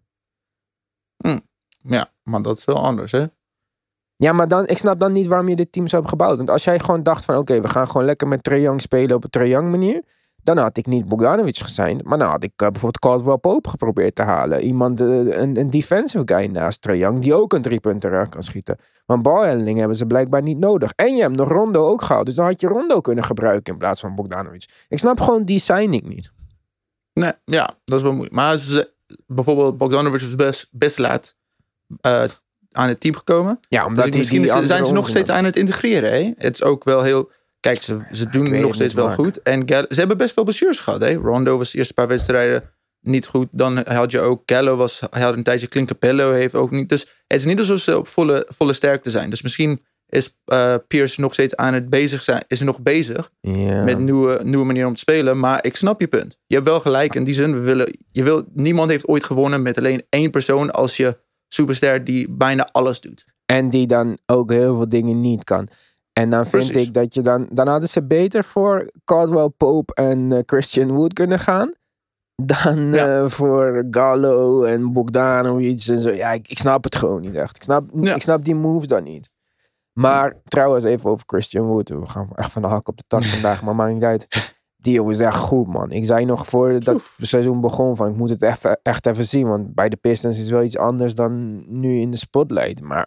Mm, ja, maar dat is wel anders, hè? Ja, maar dan, ik snap dan niet waarom je dit team zo hebt gebouwd. Want als jij gewoon dacht van, oké, okay, we gaan gewoon lekker met Trae Young spelen op een Trae Young manier. Dan had ik niet Bogdanovic gesigned. Maar dan had ik uh, bijvoorbeeld Caldwell Pope geprobeerd te halen. Iemand, uh, een, een defensive guy naast Trae Young die ook een driepunter raak kan schieten. Want balhandling hebben ze blijkbaar niet nodig. En je hebt nog Rondo ook gehaald. Dus dan had je Rondo kunnen gebruiken in plaats van Bogdanovic. Ik snap gewoon die signing niet. Nee, ja, dat is wel moeilijk. Maar ze, bijvoorbeeld Bogdanovic was best, best laat uh, aan het team gekomen. Ja, omdat dus die, misschien die zijn ze nog steeds hebben. aan het integreren. Hè? Het is ook wel heel... Kijk, ze, ze ja, doen nog steeds wel Mark. goed. En Gallo, ze hebben best veel blessures gehad. Hè? Rondo was de eerste paar wedstrijden niet goed. Dan had je ook Gallo, was, hij had een tijdje Clint Capella, heeft ook niet. Dus het is niet alsof ze op volle, volle sterkte zijn. Dus misschien is uh, Pierce nog steeds aan het bezig zijn. Is er nog bezig ja. met nieuwe, nieuwe manieren om te spelen. Maar ik snap je punt. Je hebt wel gelijk in die zin. We willen, je wil, niemand heeft ooit gewonnen met alleen één persoon als je superster die bijna alles doet. En die dan ook heel veel dingen niet kan. En dan vind Precies. ik dat je dan... Dan hadden ze beter voor Caldwell Pope en uh, Christian Wood kunnen gaan. Dan ja. uh, voor Gallo en Bogdanovic en zo. Ja, ik, ik snap het gewoon niet echt. Ik snap, ja. ik snap die moves dan niet. Maar ja. trouwens even over Christian Wood. We gaan echt van de hak op de tak vandaag. Maar maakt niet uit. Die is echt goed, man. Ik zei nog voor dat het seizoen begon van... Ik moet het echt, echt even zien. Want bij de Pistons is wel iets anders dan nu in de spotlight. Maar...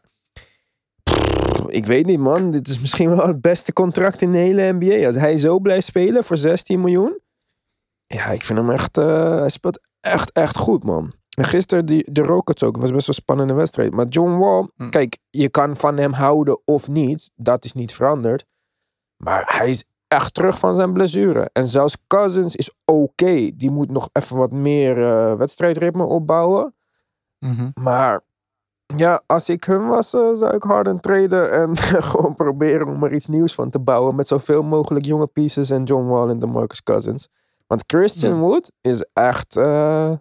Ik weet niet, man. Dit is misschien wel het beste contract in de hele N B A. Als hij zo blijft spelen voor zestien miljoen. Ja, ik vind hem echt... Uh, hij speelt echt, echt goed, man. En gisteren die, de Rockets ook. Het was best wel een spannende wedstrijd. Maar John Wall... Hm. Kijk, je kan van hem houden of niet. Dat is niet veranderd. Maar hij is echt terug van zijn blessure. En zelfs Cousins is oké. Okay. Die moet nog even wat meer uh, wedstrijdritme opbouwen. Mm-hmm. Maar ja, als ik hun was, uh, zou ik Harden traden. En gewoon proberen om er iets nieuws van te bouwen. Met zoveel mogelijk jonge pieces en John Wall en DeMarcus Cousins. Want Christian ja. Wood is echt uh,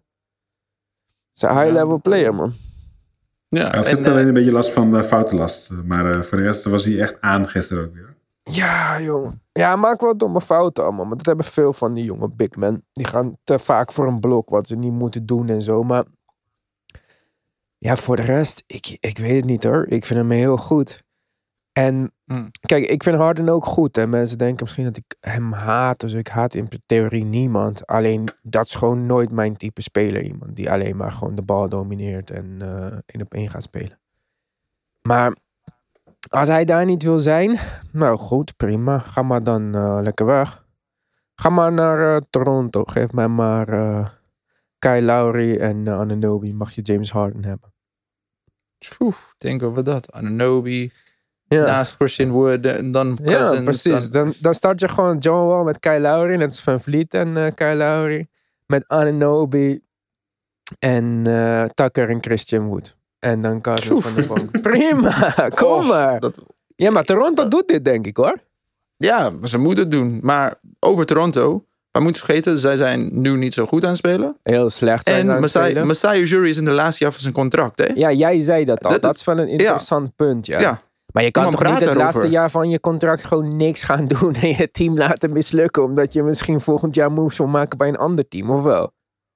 is een high-level player, man. Ja, hij had gisteren uh, alleen een beetje last van uh, foutenlast. Maar uh, voor de rest was hij echt aan gisteren ook weer. Ja, jongen. Ja, hij maakt wel domme fouten allemaal. Maar dat hebben veel van die jonge big men. Die gaan te vaak voor een blok wat ze niet moeten doen en zo. Maar ja, voor de rest, ik, ik weet het niet hoor. Ik vind hem heel goed. En mm. kijk, ik vind Harden ook goed. En mensen denken misschien dat ik hem haat. Dus ik haat in theorie niemand. Alleen, dat is gewoon nooit mijn type speler. Iemand die alleen maar gewoon de bal domineert en uh, één op één gaat spelen. Maar als hij daar niet wil zijn, nou goed, prima. Ga maar dan uh, lekker weg. Ga maar naar uh, Toronto. Geef mij maar uh, Kyle Lowry en uh, Anunoby. Mag je James Harden hebben. Oef, denk over dat. Anunoby, ja. Naast Christian Wood en dan Cousins. Ja, precies. Dan, dan, dan start je gewoon John Wall met Kyle Lowry. Net als Van Vliet en uh, Kyle Lowry. Met Anunoby en uh, Tucker en Christian Wood. En dan Cousins van de bank. Prima, kom maar. Oh, dat, ja, maar Toronto uh, doet dit, denk ik, hoor. Ja, ze moeten het doen. Maar over Toronto, we moeten vergeten, zij zijn nu niet zo goed aan het spelen. Heel slecht zijn en ze aan het Masai, spelen. Masai Ujiri is in de laatste jaar van zijn contract, hè? Ja, jij zei dat al. Dat, dat is wel een interessant ja. punt, ja. ja. Maar je kan toch niet het daarover. laatste jaar van je contract gewoon niks gaan doen en je team laten mislukken, omdat je misschien volgend jaar moves wil maken bij een ander team, of wel?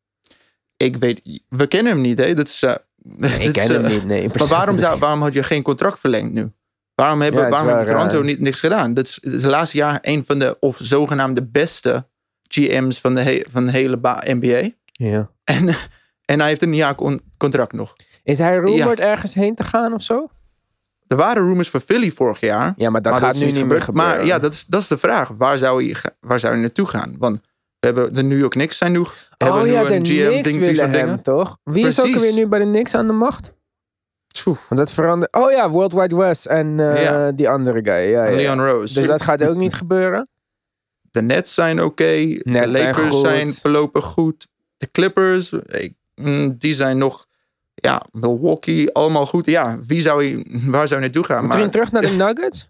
Ik weet, we kennen hem niet, hè? Dat is... Uh, nee, ik ken hem uh, niet, nee. Maar waarom, zou, waarom had je geen contract verlengd nu? Waarom hebben ja, waarom heeft Toronto niet, niks gedaan? Dat is, dat is het laatste jaar een van de, of zogenaamde beste G M's van de, he, van de hele N B A. Ja. En, en hij heeft een jaar con- contract nog. Is hij rumored ja. ergens heen te gaan of zo? Er waren rumors voor Philly vorig jaar. Ja, maar dat maar gaat dat nu niet meer gebeuren. Maar ja, dat is, dat is de vraag. Waar zou hij, waar zou hij naartoe gaan? Want we hebben de New York Knicks zijn nu. Oh hebben ja, nu de een G M Knicks ding, willen hem, toch? Wie Precies. is ook weer nu bij de Knicks aan de macht? Oef. Want dat verandert. Oh ja, World Wide West en uh, ja. die andere guy. Ja, ja. Leon Rose. Dus dat gaat ook niet gebeuren. De Nets zijn oké. Okay. De Lakers zijn, zijn voorlopig goed. De Clippers, die zijn nog... Ja, Milwaukee, allemaal goed. Ja, wie zou hij, waar zou hij naartoe gaan? Maar... terug naar de Nuggets?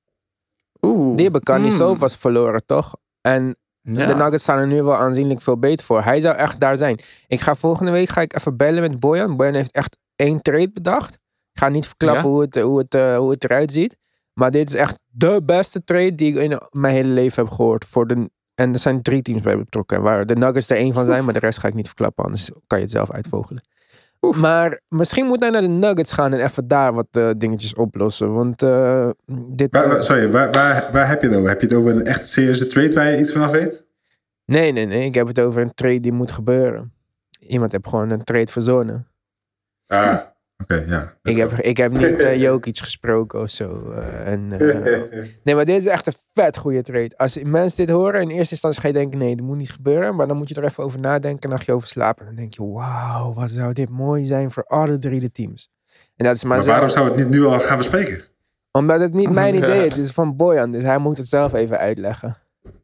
Oeh. Die hebben Canisov was verloren, toch? En ja. de Nuggets staan er nu wel aanzienlijk veel beter voor. Hij zou echt daar zijn. Ik ga volgende week ga ik even bellen met Bojan. Bojan heeft echt één trade bedacht. Ik ga niet verklappen ja? hoe, het, hoe, het, uh, hoe het eruit ziet. Maar dit is echt de beste trade die ik in mijn hele leven heb gehoord. Voor de, en er zijn drie teams bij betrokken. Waar de Nuggets er één van zijn, maar de rest ga ik niet verklappen. Anders kan je het zelf uitvogelen. Oef. Maar misschien moet hij naar de Nuggets gaan en even daar wat uh, dingetjes oplossen. Want uh, dit... Waar, waar, sorry, waar, waar, waar heb je het over? Heb je het over een echt serieuze trade waar je iets vanaf weet? Nee, nee, nee. Ik heb het over een trade die moet gebeuren. Iemand heeft gewoon een trade verzonnen. Ah, oké, okay, ja. Ik heb, ik heb niet uh, Jokic gesproken of zo. Uh, en, uh, nee, maar dit is echt een vet goede trade. Als mensen dit horen, in eerste instantie ga je denken, nee, dat moet niet gebeuren. Maar dan moet je er even over nadenken, een nachtje over slapen. En dan denk je, wauw, wat zou dit mooi zijn voor alle drie de teams. En dat is maar maar waarom zou het niet nu al gaan bespreken? Omdat het niet mijn idee is. Het is van Bojan, dus hij moet het zelf even uitleggen.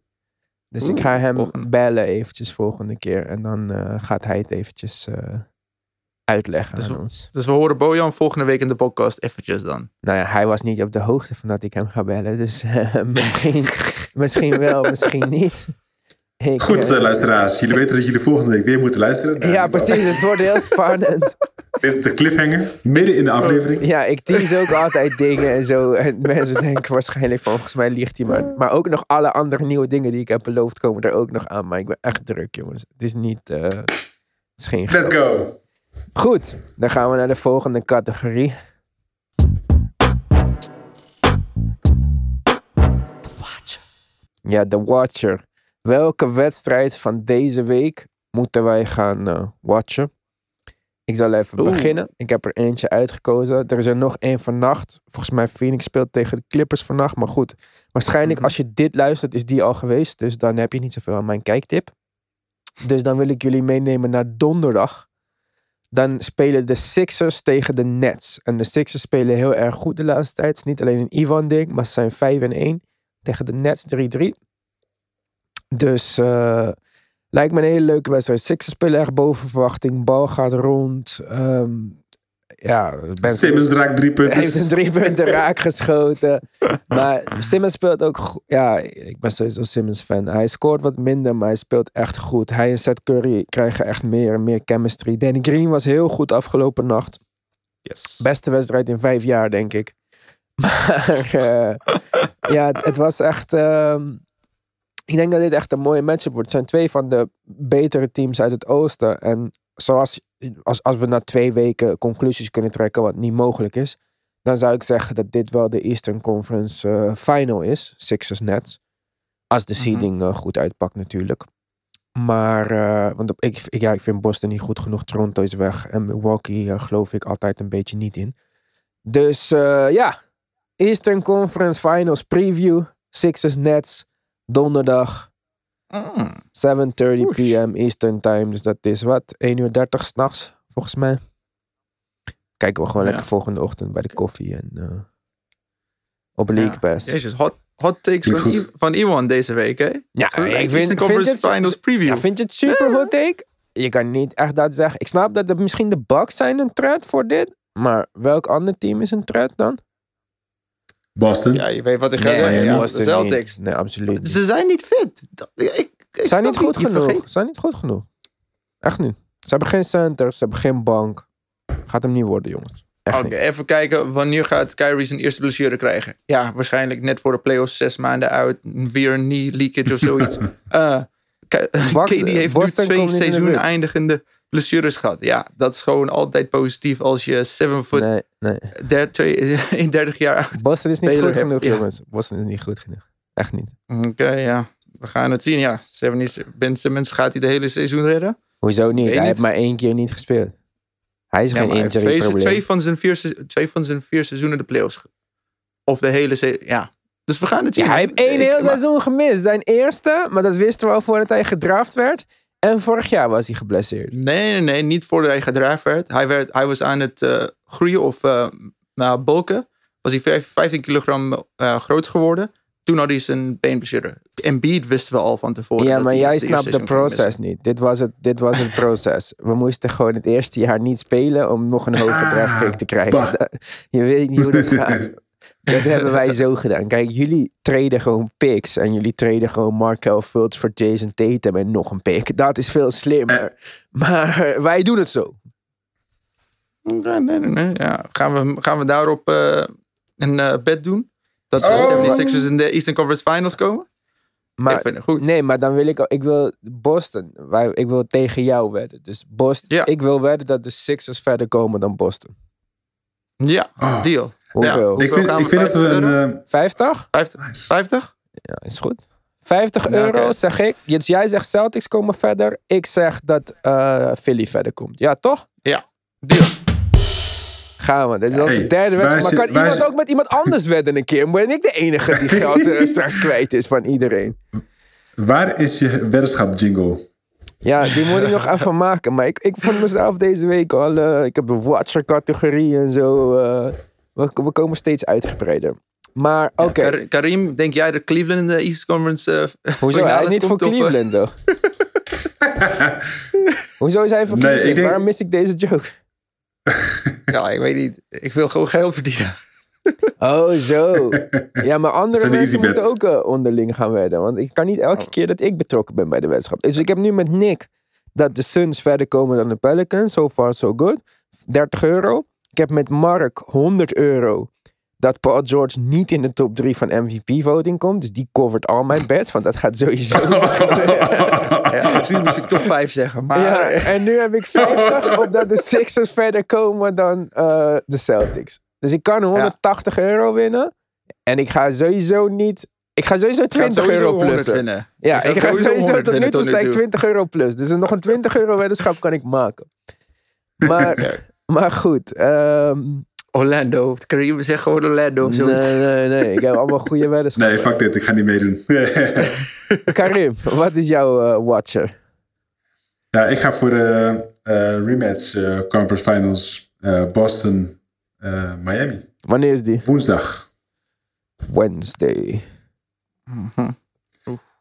Dus Oeh, ik ga hem volgende. bellen eventjes volgende keer. En dan uh, gaat hij het eventjes... Uh, uitleggen dus, aan ons. Dus we horen Bojan volgende week in de podcast eventjes dan. Nou ja, hij was niet op de hoogte van dat ik hem ga bellen. Dus uh, misschien, misschien wel, misschien niet. Ik, Goed, uh, luisteraars. Jullie weten dat jullie volgende week weer moeten luisteren. Ja, ja precies. Het wordt heel spannend. Dit is de cliffhanger, midden in de aflevering. Ja, ik tease ook altijd dingen en zo. En mensen denken waarschijnlijk van, volgens mij liegt hij maar. Maar ook nog alle andere nieuwe dingen die ik heb beloofd komen er ook nog aan. Maar ik ben echt druk, jongens. Het is niet... Uh, het is geen Let's go! Goed, dan gaan we naar de volgende categorie. The Watcher. Ja, The Watcher. Welke wedstrijd van deze week moeten wij gaan uh, watchen? Ik zal even Oeh. beginnen. Ik heb er eentje uitgekozen. Er is er nog één vannacht. Volgens mij Phoenix speelt tegen de Clippers vannacht. Maar goed, waarschijnlijk mm-hmm. als je dit luistert is die al geweest. Dus dan heb je niet zoveel aan mijn kijktip. Dus dan wil ik jullie meenemen naar donderdag. Dan spelen de Sixers tegen de Nets. En de Sixers spelen heel erg goed de laatste tijd. Het is niet alleen een Ivan ding, maar ze zijn vijf en één. Tegen de Nets drie drie. Dus uh, lijkt me een hele leuke wedstrijd. Sixers spelen echt boven verwachting. Bal gaat rond. Um, ja, ben Simmons raakt drie punten. Hij heeft een drie punten raak geschoten. Maar Simmons speelt ook goed. Ja, ik ben sowieso Simmons fan. Hij scoort wat minder, maar hij speelt echt goed. Hij en Seth Curry krijgen echt meer en meer chemistry. Danny Green was heel goed afgelopen nacht. Yes. Beste wedstrijd in vijf jaar, denk ik. Maar uh, ja, het, het was echt... Uh, ik denk dat dit echt een mooie matchup wordt. Het zijn twee van de betere teams uit het oosten. En zoals als, als we na twee weken conclusies kunnen trekken, wat niet mogelijk is, dan zou ik zeggen dat dit wel de Eastern Conference uh, Final is. Sixers Nets. Als de seeding mm-hmm. uh, goed uitpakt natuurlijk. Maar, uh, want ik, ik, ja, ik vind Boston niet goed genoeg. Toronto is weg. En Milwaukee uh, geloof ik altijd een beetje niet in. Dus uh, ja, Eastern Conference Finals preview. Sixers Nets. Donderdag. Mm. zeven dertig p m Eastern Time. Dus dat is wat? één uur dertig s'nachts, volgens mij. Kijken we gewoon ja. lekker volgende ochtend bij de koffie. En uh, op League ja. Pass. Jezus, hot, hot takes van, I- van Iwan deze week, hè? Ja, Zo, ik vind, vind, het, Finals preview. Ja, vind je het super hot take? Je kan niet echt dat zeggen. Ik snap dat het misschien de Bucks zijn een threat voor dit. Maar welk ander team is een threat dan? Boston. Ja, je weet wat ik ga nee, zeggen. Ja, Boston de Celtics. Niet. Nee, absoluut niet. Ze zijn niet fit. Ik, ik zijn niet goed niet, genoeg. Ze zijn niet goed genoeg. Echt niet. Ze hebben geen centers. Ze hebben geen bank. Gaat hem niet worden, jongens. Oké, okay, even kijken. Wanneer gaat Kyrie zijn eerste blessure krijgen? Ja, waarschijnlijk net voor de playoffs. Zes maanden uit. Weer een knee leakage of zoiets. uh, K D heeft Boston nu twee seizoenen eindigende blessures gehad. Ja, dat is gewoon altijd positief als je zeven voet nee, nee. in dertig jaar oud Boston is niet goed hebt. genoeg, Ja. jongens. Boston is niet goed genoeg. Echt niet. Oké, okay, ja. We gaan het zien. Ja, Ben Simmons, gaat hij de hele seizoen redden? Hoezo niet? Weet hij niet. heeft maar één keer niet gespeeld. Hij is Ja, geen injury twee, probleem. twee, van zijn vier, twee van zijn vier seizoenen de playoffs. Of de hele seizoen. Ja. Dus we gaan het zien. Ja, hij heeft één Ik- heel maar- seizoen gemist. Zijn eerste, maar dat wisten we al voordat hij gedraft werd. En vorig jaar was hij geblesseerd. Nee, nee, nee. Niet voordat hij gedraft werd. Hij, werd, hij was aan het uh, groeien of uh, nou, bulken. Was hij vijftien kilogram uh, groot geworden. Toen had hij zijn beenblessure. Embiid wisten we al van tevoren. Ja, dat maar hij jij het eerste snapt de seizoen ging proces niet. Dit was het, dit was het proces. We moesten gewoon het eerste jaar niet spelen om nog een hoge draftpick te krijgen. bah. Je weet niet hoe dat gaat. Dat hebben wij zo gedaan. Kijk, jullie traden gewoon picks. En jullie traden gewoon Markelle Fultz voor Jason Tatum en nog een pick. Dat is veel slimmer. Maar wij doen het zo. Nee, nee, nee. nee. Ja, gaan, we, gaan we daarop uh, een uh, bet doen? Dat de Oh. zevenenzeventigers in de Eastern Conference Finals komen? Maar, Ik vind het goed. Nee, maar dan wil ik... Ik wil Boston. Wij, ik wil tegen jou wedden. Dus Boston. Ja. Ik wil wedden dat de Sixers verder komen dan Boston. Ja, Oh. deal. Hoeveel? Ja. Ik vind, gaan ik we? vind dat we een... vijftig uh, vijftig? vijftig? Nice. vijftig? Ja, is goed. vijftig Ja, euro, oké. zeg ik. Dus jij zegt Celtics komen verder. Ik zeg dat uh, Philly verder komt. Ja, toch? Ja, deal. Gaan we. Dit is al de Hey, derde waar wedstrijd. is Maar je- kan waar iemand is- ook met iemand anders wedden een keer? Ben ik de enige die geld uh, straks kwijt is van iedereen? waar is je weddenschap jingle? Ja, die moet ik nog even maken. Maar ik, ik vond mezelf deze week al... Uh, ik heb een watcher-categorie en zo. Uh, we, we komen steeds uitgebreider. Maar oké. Ja, Kar- Karim, denk jij dat Cleveland in de East Conference uh, Hoezo? Hij is finales niet voor komt, of, uh, Cleveland, toch? Hoezo is hij voor Nee, Cleveland? ik denk- Waarom mis ik deze joke? Ja, ik weet niet. Ik wil gewoon geld verdienen. Oh, zo. Ja, maar andere zijn de mensen easy moeten bets. ook uh, onderling gaan wedden. Want ik kan niet elke Oh. keer dat ik betrokken ben bij de wedstrijd. Dus ik heb nu met Nick dat de Suns verder komen dan de Pelicans. So far, so good. dertig euro. Ik heb met Mark honderd euro dat Paul George niet in de top drie van M V P-voting komt. Dus die covert al mijn bets. Want dat gaat sowieso niet gebeuren. Ja, misschien moest ik toch vijf zeggen. Maar Ja, en nu heb ik vijftig op dat de Sixers verder komen dan uh, de Celtics. Dus ik kan honderdtachtig euro winnen. En ik ga sowieso niet... Ik ga sowieso ik ga twintig sowieso euro honderd plussen. winnen. Ja, ik ga sowieso honderd tot nu winnen toe sta ik twintig euro plus. Dus nog een twintig euro weddenschap kan ik maken. Maar, Ja. maar goed. Um, Orlando. Karim zegt gewoon Orlando of nee, zoiets. nee, nee. Ik heb allemaal goede weddenschappen. Nee, fuck dit. Ik ga niet meedoen. Karim, wat is jouw uh, watcher? Ja, ik ga voor de uh, rematch uh, Conference Finals uh, Boston uh, Miami. Wanneer is die? Woensdag. Wednesday.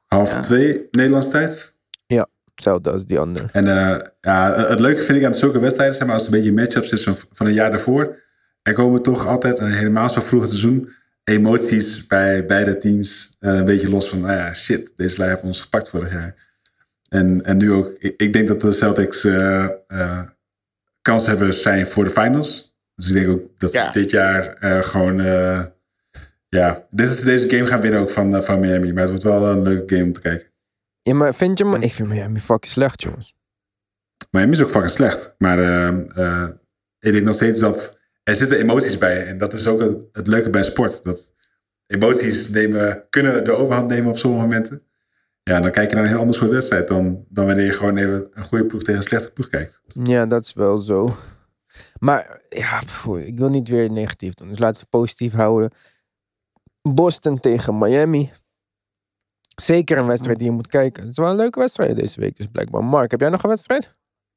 half Ja. twee Nederlandse tijd. Hetzelfde als die andere. En uh, ja, het leuke vind ik aan zulke wedstrijden, zeg maar, als het een beetje matchups is van, van een jaar daarvoor. Er komen toch altijd, uh, helemaal zo vroeg het seizoen, emoties bij beide teams. Uh, een beetje los van, nou ja, shit, deze lui hebben ons gepakt vorig jaar. En, en nu ook, ik, ik denk dat de Celtics uh, uh, kans hebben zijn voor de finals. Dus ik denk ook dat ze Ja. dit jaar uh, gewoon, uh, ja, dit is, deze game gaan winnen ook van, uh, van Miami. Maar het wordt wel een leuke game om te kijken. Ja, maar vind je me... Ik vind Miami fucking slecht, jongens. Miami is ook fucking slecht. Maar uh, uh, ik denk nog steeds dat er zitten emoties bij. En dat is ook het, het leuke bij sport. Dat emoties nemen, kunnen de overhand nemen op sommige momenten. Ja, dan kijk je naar een heel ander soort wedstrijd dan, dan wanneer je gewoon even een goede ploeg tegen een slechte ploeg kijkt. Ja, dat is wel zo. Maar ja, pff, ik wil niet weer negatief doen. Dus laten we het positief houden. Boston tegen Miami. Zeker een wedstrijd die je moet kijken. Het is wel een leuke wedstrijd deze week, dus blijkbaar. Mark, heb jij nog een wedstrijd?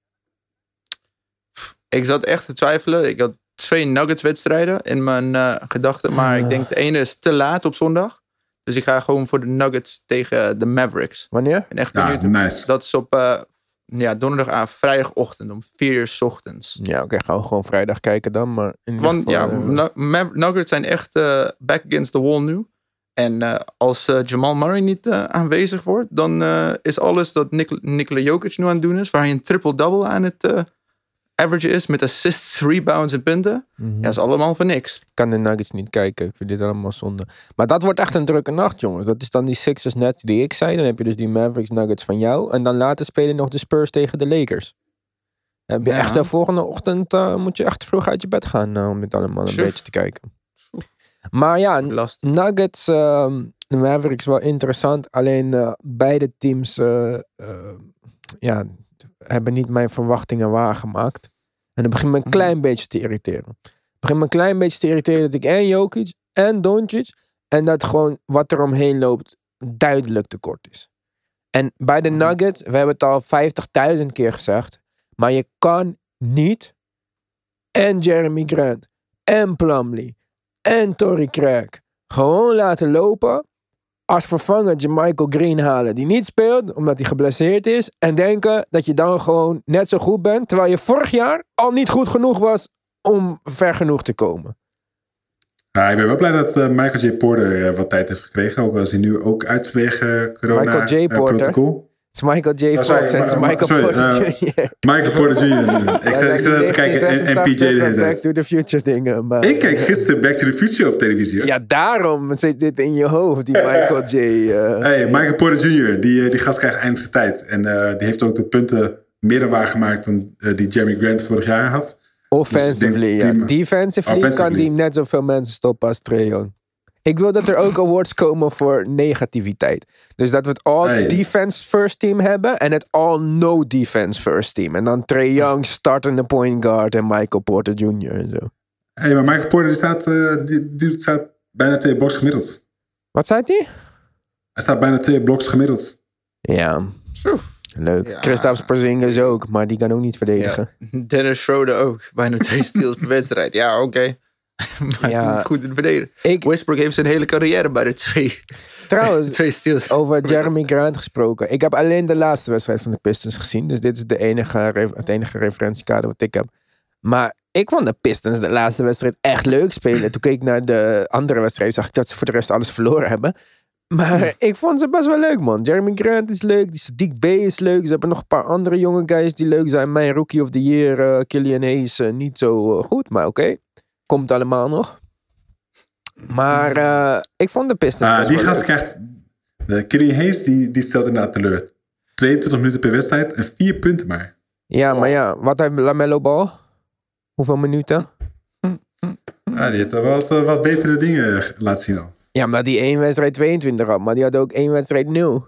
Ik zat echt te twijfelen. Ik had twee Nuggets-wedstrijden in mijn uh, gedachten. Maar Uh. ik denk de ene is te laat op zondag. Dus ik ga gewoon voor de Nuggets tegen de Mavericks. Wanneer? Ik ben echt Ja, benieuwd. nice. Dat is op uh, ja, donderdag aan vrijdagochtend om vier uur 's ochtends. Ja, oké, okay, gaan we gewoon vrijdag kijken dan. Maar in ieder Want geval, ja, uh, Nu- Mav- Nuggets zijn echt uh, back against the wall nu. En uh, als uh, Jamal Murray niet uh, aanwezig wordt, dan uh, is alles dat Nik- Nikola Jokic nu aan het doen is, waar hij een triple-double aan het uh, average is, met assists, rebounds en punten. mm-hmm. Ja, is allemaal voor niks. Ik kan de Nuggets niet kijken. Ik vind dit allemaal zonde. Maar dat wordt echt een drukke nacht, jongens. Dat is dan die Sixers net die ik zei. Dan heb je dus die Mavericks Nuggets van jou. En dan later spelen nog de Spurs tegen de Lakers. Dan heb je Ja. echt de volgende ochtend uh, moet je echt vroeg uit je bed gaan uh, om dit allemaal een Sjoef. beetje te kijken. Maar ja, Lastig. Nuggets, uh, de Mavericks wel interessant. Alleen uh, beide teams uh, uh, ja, hebben niet mijn verwachtingen waargemaakt. En dat begint me een klein beetje te irriteren. Het begint me een klein beetje te irriteren dat ik en Jokic en Doncic en dat gewoon wat er omheen loopt duidelijk tekort is. En bij de Nuggets, we hebben het al vijftigduizend keer gezegd, maar je kan niet en Jeremy Grant en Plumlee en Torrey Craig gewoon laten lopen als vervanger Jermichael Green halen die niet speelt omdat hij geblesseerd is en denken dat je dan gewoon net zo goed bent terwijl je vorig jaar al niet goed genoeg was om ver genoeg te komen. Ja, ik ben wel blij dat uh, Michael J. Porter uh, wat tijd heeft gekregen. Ook als hij nu ook uit vanwege Michael J. Porter. corona-protocol. Het is Michael J. Oh, sorry, Fox en het is maar- Michael sorry, Porter uh, junior Michael Porter junior Ik zat ik zat even te kijken en, en P J de hele Back tijd. to the Future dingen. Maar, Ik kijk gisteren Back to the Future op televisie. Hoor. Ja, daarom zit dit in je hoofd, die Michael J. Uh, Hey, Michael Porter junior Die, die gast krijgt eindelijk zijn tijd. En uh, die heeft ook de punten meer waargemaakt dan uh, die Jeremy Grant vorig jaar had. Offensively, Dus ik ja. denk prima. Defensively, Offensively. kan die net zoveel mensen stoppen als Trae Young. Ik wil dat er ook awards komen voor negativiteit. Dus dat we het all Hey. defense first team hebben en het all no defense first team. En dan Trae Young startende point guard en Michael Porter junior en zo. Hey, maar Michael Porter die staat, uh, die, die staat bijna twee blocks gemiddeld. Wat zei hij? Hij staat bijna twee blocks gemiddeld. Ja, leuk. Ja. Kristaps Porzingis ook, maar die kan ook niet verdedigen. Ja. Dennis Schroeder ook. Bijna twee steals per wedstrijd. Ja, oké. Okay. Maar Ja. ja. Niet goed in het verdedigen. Ik, Westbrook heeft zijn hele carrière bij de twee, trouwens, twee steals. over Jeremy Grant gesproken. Ik heb alleen de laatste wedstrijd van de Pistons gezien. Dus dit is de enige, re- het enige referentiekader wat ik heb. Maar ik vond de Pistons de laatste wedstrijd echt leuk spelen. Toen keek ik naar de andere wedstrijd, zag ik dat ze voor de rest alles verloren hebben. Maar ik vond ze best wel leuk, man. Jeremy Grant is leuk. Die Sadiq Bey is leuk. Ze hebben nog een paar andere jonge guys die leuk zijn. Mijn Rookie of the Year, uh, Killian Hayes, uh, niet zo uh, goed. Maar oké. Okay. Komt allemaal nog. Maar uh, ik vond de Pistons Ah, best die wel gast leuk. krijgt... De Killian Hayes die, die stelt inderdaad teleur. tweeëntwintig minuten per wedstrijd en vier punten maar. Ja, maar ja. Wat heeft LaMelo Ball? Hoeveel minuten? Ah, die heeft wel wat, wat betere dingen laten zien al. Ja, maar die één wedstrijd tweeëntwintig had. Maar die had ook één wedstrijd nul.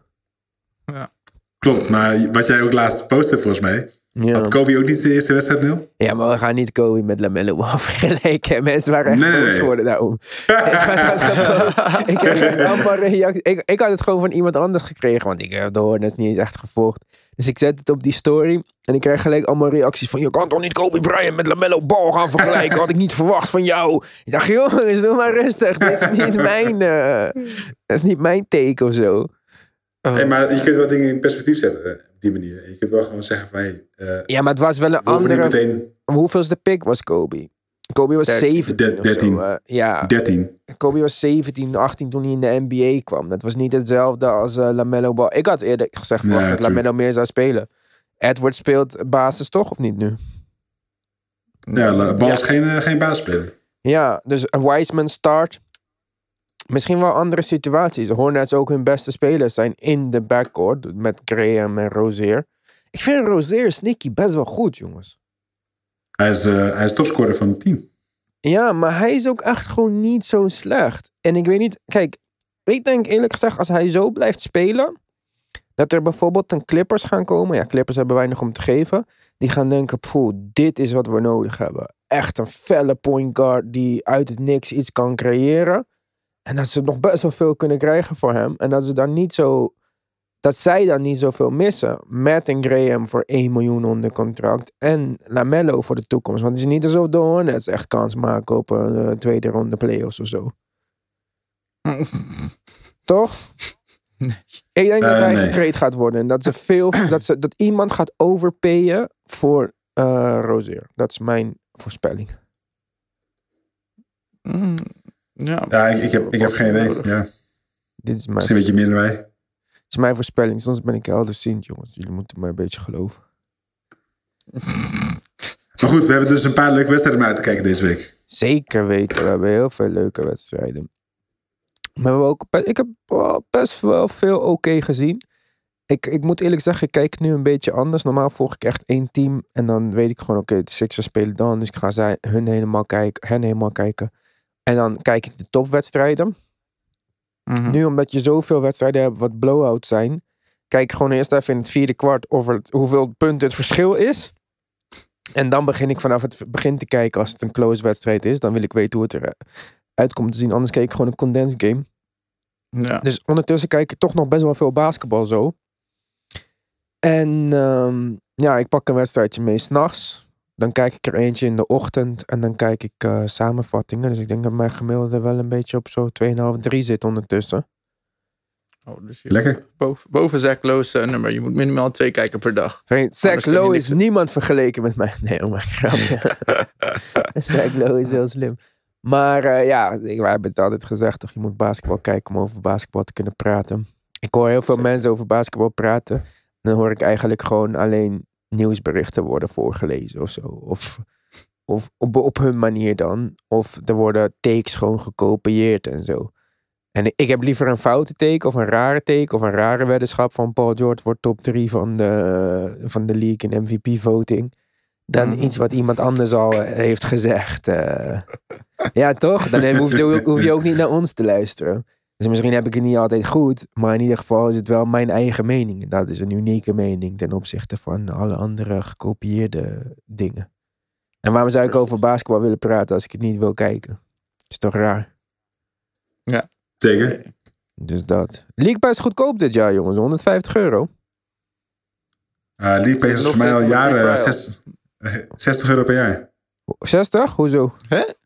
Klopt, maar wat jij ook laatst postte volgens mij... Ja. Had Kobe ook niet zijn eerste wedstrijd nul? Ja, maar we gaan niet Kobe met LaMelo Ball vergelijken. Mensen waren echt Nee, nee, boos nee. geworden daarom. ik had dat gepost. Ik heb allemaal reacties. Ik, ik had het gewoon van iemand anders gekregen. Want ik heb de Hornets niet eens echt gevolgd. Dus ik zet het op die story. En ik krijg gelijk allemaal reacties van... Je kan toch niet Kobe Bryant met LaMelo Ball gaan vergelijken? Had ik niet verwacht van jou. Ik dacht, jongens, doe maar rustig. Dit is niet mijn, uh, dit is niet mijn take of zo. Oh. Hey, maar je kunt wel dingen in perspectief zetten uh, op die manier. Je kunt wel gewoon zeggen van... Hey, uh, Ja, maar het was wel een we hoeven niet andere... meteen Hoeveelste pick was Kobe? Kobe was dertien. zeventien of dertien. zo. uh, ja, dertien. Kobe was zeventien, achttien toen hij in de N B A kwam. Dat was niet hetzelfde als uh, LaMelo Ball. Ik had eerder gezegd Ja, verwacht dat tuurlijk. LaMelo meer zou spelen. Edward speelt basis toch, of niet nu? Ja, Bal is Ja. geen, uh, geen baasspeler. Ja, dus Wiseman start. Misschien wel andere situaties. De Hornets ook hun beste spelers zijn in de backcourt. Met Graham en Rozier. Ik vind Rozier sneaky best wel goed, jongens. Hij is, uh, hij is topscorer van het team. Ja, maar hij is ook echt gewoon niet zo slecht. En ik weet niet... Kijk, ik denk eerlijk gezegd, als hij zo blijft spelen... Dat er bijvoorbeeld een Clippers gaan komen. Ja, Clippers hebben weinig om te geven. Die gaan denken, poeh, dit is wat we nodig hebben. Echt een felle point guard die uit het niks iets kan creëren. En dat ze nog best wel veel kunnen krijgen voor hem. En dat ze dan niet zo... Dat zij dan niet zoveel missen. Matt en Graham voor één miljoen onder contract. En LaMelo voor de toekomst. Want het is niet alsof de Hornets echt kans maken op een uh, tweede ronde playoffs of zo. Toch? Ik denk dat Uh, hij nee. getrade gaat worden. En dat, ze veel, dat, ze, dat iemand gaat overpayen voor uh, Rozier. Dat is mijn voorspelling. Mm, ja. Ja, ik, ik, heb, ik heb geen idee. Ja, Dit is mijn, misschien weet je meer dan wij. dit is mijn voorspelling. Soms ben ik helderziend, jongens. Jullie moeten mij een beetje geloven. Maar goed, we hebben dus een paar leuke wedstrijden om uit te kijken deze week. Zeker weten. We hebben heel veel leuke wedstrijden. Maar we hebben ook, be- ik heb wel best wel veel oké gezien. Ik, ik moet eerlijk zeggen, ik kijk nu een beetje anders. Normaal volg ik echt één team. En dan weet ik gewoon, oké, de Sixers spelen dan. Dus ik ga zij, hun helemaal kijken, hen helemaal kijken. En dan kijk ik de topwedstrijden. Mhm. Nu, omdat je zoveel wedstrijden hebt wat blowout zijn, kijk ik gewoon eerst even in het vierde kwart of het, hoeveel punten het verschil is. En dan begin ik vanaf het begin te kijken als het een close wedstrijd is. Dan wil ik weten hoe het eruit komt te zien. Anders kijk ik gewoon een condensed game. Ja. Dus ondertussen kijk ik toch nog best wel veel basketbal zo. En um, ja, ik pak een wedstrijdje mee 's nachts. Dan kijk ik er eentje in de ochtend. En dan kijk ik uh, samenvattingen. Dus ik denk dat mijn gemiddelde wel een beetje op zo twee komma vijf, drie zit ondertussen. Oh, dus je Lekker. Boven, boven Zach Lowe's uh, nummer. Je moet minimaal twee kijken per dag. Vriend, Zach Anders kun je Lowe niks is doen. niemand vergeleken met mij. Nee, oh mijn grapje. Zach Lowe is heel slim. Maar uh, ja, ik, wij hebben het altijd gezegd, toch? Je moet basketbal kijken om over basketbal te kunnen praten. Ik hoor heel veel Zeker. mensen over basketbal praten. Dan hoor ik eigenlijk gewoon alleen nieuwsberichten worden voorgelezen of zo. Of, of op, op hun manier dan. Of er worden takes gewoon gekopieerd en zo. En ik, ik heb liever een foute take of een rare take of een rare weddenschap van Paul George wordt top drie van de, van de league in M V P voting. Dan Mhm. iets wat iemand anders al eh, heeft gezegd. eh. Ja, toch? Dan hoef je, ook, hoef je ook niet naar ons te luisteren. Dus misschien heb ik het niet altijd goed. Maar in ieder geval is het wel mijn eigen mening. En dat is een unieke mening ten opzichte van alle andere gekopieerde dingen. En waarom zou ik over basketbal willen praten als ik het niet wil kijken? Is toch raar? Zeker. Dus dat. League Pass goedkoop dit jaar, jongens. honderdvijftig euro. Uh, League Pass is Nog voor mij al even jaren trial. zestig, zestig euro per jaar. zestig? Hoezo?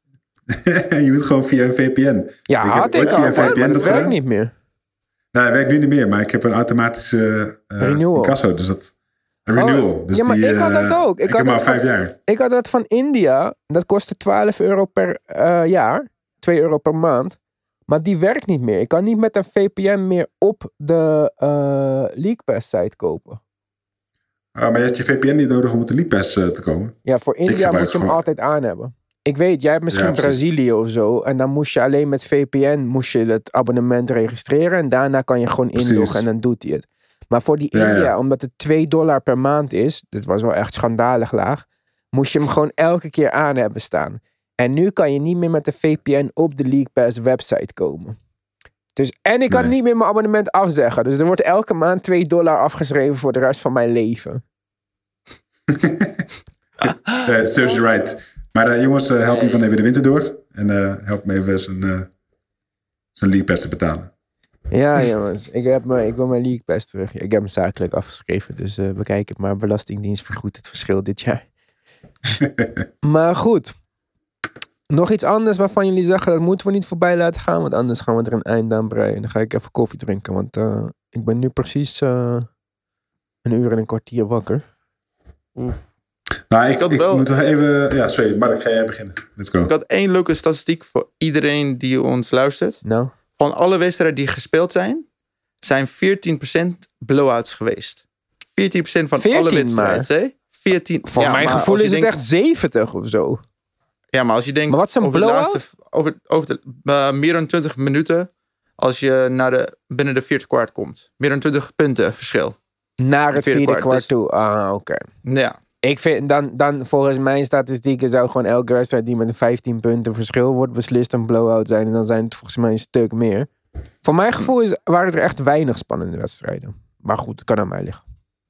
Je moet gewoon via een V P N. Ja, Ik heb had ooit ik via al, een maar V P N het dat werkt gedaan. niet meer. Nou, het werkt nu niet meer, maar ik heb een automatische uh, Renewal. incasso. Dus dat, een renewal. Dus ja, maar die, ik had uh, dat ook. Ik Ik, had heb maar dat vijf van- jaar. Ik had dat van India. Dat kostte twaalf euro per uh, jaar. twee euro per maand. Maar die werkt niet meer. Ik kan niet met een V P N meer op de uh, League Pass site kopen. Uh, maar je hebt je V P N niet nodig om op de League Pass uh, te komen. Ja, voor India gebruik moet je hem gewoon- altijd aan hebben. Ik weet, jij hebt misschien Ja, precies. Brazilië of zo. En dan moest je alleen met V P N moest je het abonnement registreren. En daarna kan je gewoon Precies. inloggen en dan doet hij het. Maar voor die Ja, India, ja. omdat het twee dollar per maand is. Dit was wel echt schandalig laag. Moest je hem gewoon elke keer aan hebben staan. En nu kan je niet meer met de V P N op de League Pass website komen. Dus, en ik kan Nee. niet meer mijn abonnement afzeggen. Dus er wordt elke maand twee dollar afgeschreven voor de rest van mijn leven. Uh, serves you right. Maar uh, jongens, uh, help Ivan even de winter door. En uh, help me even zijn, uh, zijn League Pass te betalen. Ja, jongens. Ik, heb me, ik wil mijn League Pass terug. Ik heb hem zakelijk afgeschreven. Dus uh, bekijk het maar. Belastingdienst vergoedt het verschil dit jaar. Maar goed. Nog iets anders waarvan jullie zeggen... dat moeten we niet voorbij laten gaan. Want anders gaan we er een eind aan breien. En dan ga ik even koffie drinken. Want uh, Ik ben nu precies uh, een uur en een kwartier wakker. Oef. Nou, ik, Ik had ik wel- moet nog even... Ja, sorry, Mark, ga jij beginnen. Let's go. Ik had één leuke statistiek voor iedereen die ons luistert. Nou, Van alle wedstrijden die gespeeld zijn, zijn veertien procent blowouts geweest. veertien procent van veertien alle wedstrijden. hè? veertien voor ja, mijn maar gevoel als is je het denkt- echt zeventig of zo. Ja, maar als je denkt Maar wat is een over de blowout? laatste... Over, over de, uh, meer dan twintig minuten als je naar de, binnen de vierde kwart komt. Meer dan twintig punten verschil. Naar het vierde vierde kwart, kwart dus- toe. Ah, oké. Ja, Ik vind dan, dan volgens mijn statistieken zou gewoon elke wedstrijd die met een vijftien punten verschil wordt beslist een blowout zijn. En dan zijn het volgens mij een stuk meer. Voor mijn gevoel is, waren er echt weinig spannende wedstrijden. Maar goed, het kan aan mij liggen.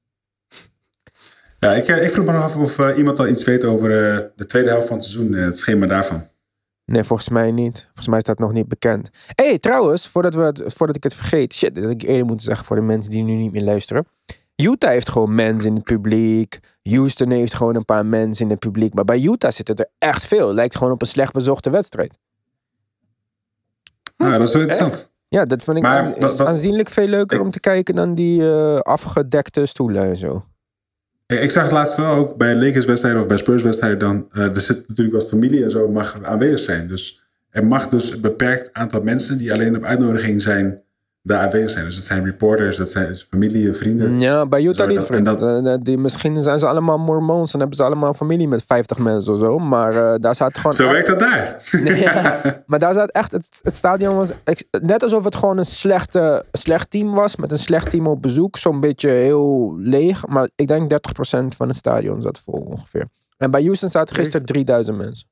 Ja, ik, eh, ik vroeg me nog af of uh, iemand al iets weet over uh, de tweede helft van het seizoen. Uh, het schema daarvan. Nee, volgens mij niet. Volgens mij is dat nog niet bekend. Hé, hey, trouwens, voordat, we het, voordat ik het vergeet. Shit, dat had ik eerder moeten zeggen voor de mensen die nu niet meer luisteren. Utah heeft gewoon mensen in het publiek. Houston heeft gewoon een paar mensen in het publiek. Maar bij Utah zitten er echt veel. Lijkt gewoon op een slecht bezochte wedstrijd. Nou, dat is wel interessant. Ja, dat vind ik Maar aanz- dat- dat- aanzienlijk veel leuker ik- om te kijken dan die uh, afgedekte stoelen en zo. Ik, ik zag het laatst wel ook bij Lakers wedstrijden of bij Spurs wedstrijden dan. Uh, er zit natuurlijk wat familie en zo mag aanwezig zijn. Dus er mag dus een beperkt aantal mensen die alleen op uitnodiging zijn daar aanwezig zijn. Dus dat zijn reporters, dat zijn familie, vrienden. Ja, bij Utah Zo, niet, dat- vriend. en dat- Uh, die, misschien zijn ze allemaal mormons en hebben ze allemaal familie met vijftig mensen of zo. Maar uh, daar zaten gewoon... Zo werkt dat daar. Ja, maar daar zat echt... Het, het stadion was... ex- net alsof het gewoon een slechte, slecht team was. Met een slecht team op bezoek. Zo'n beetje heel leeg. Maar ik denk dertig procent van het stadion zat vol ongeveer. En bij Houston zaten gisteren drieduizend mensen.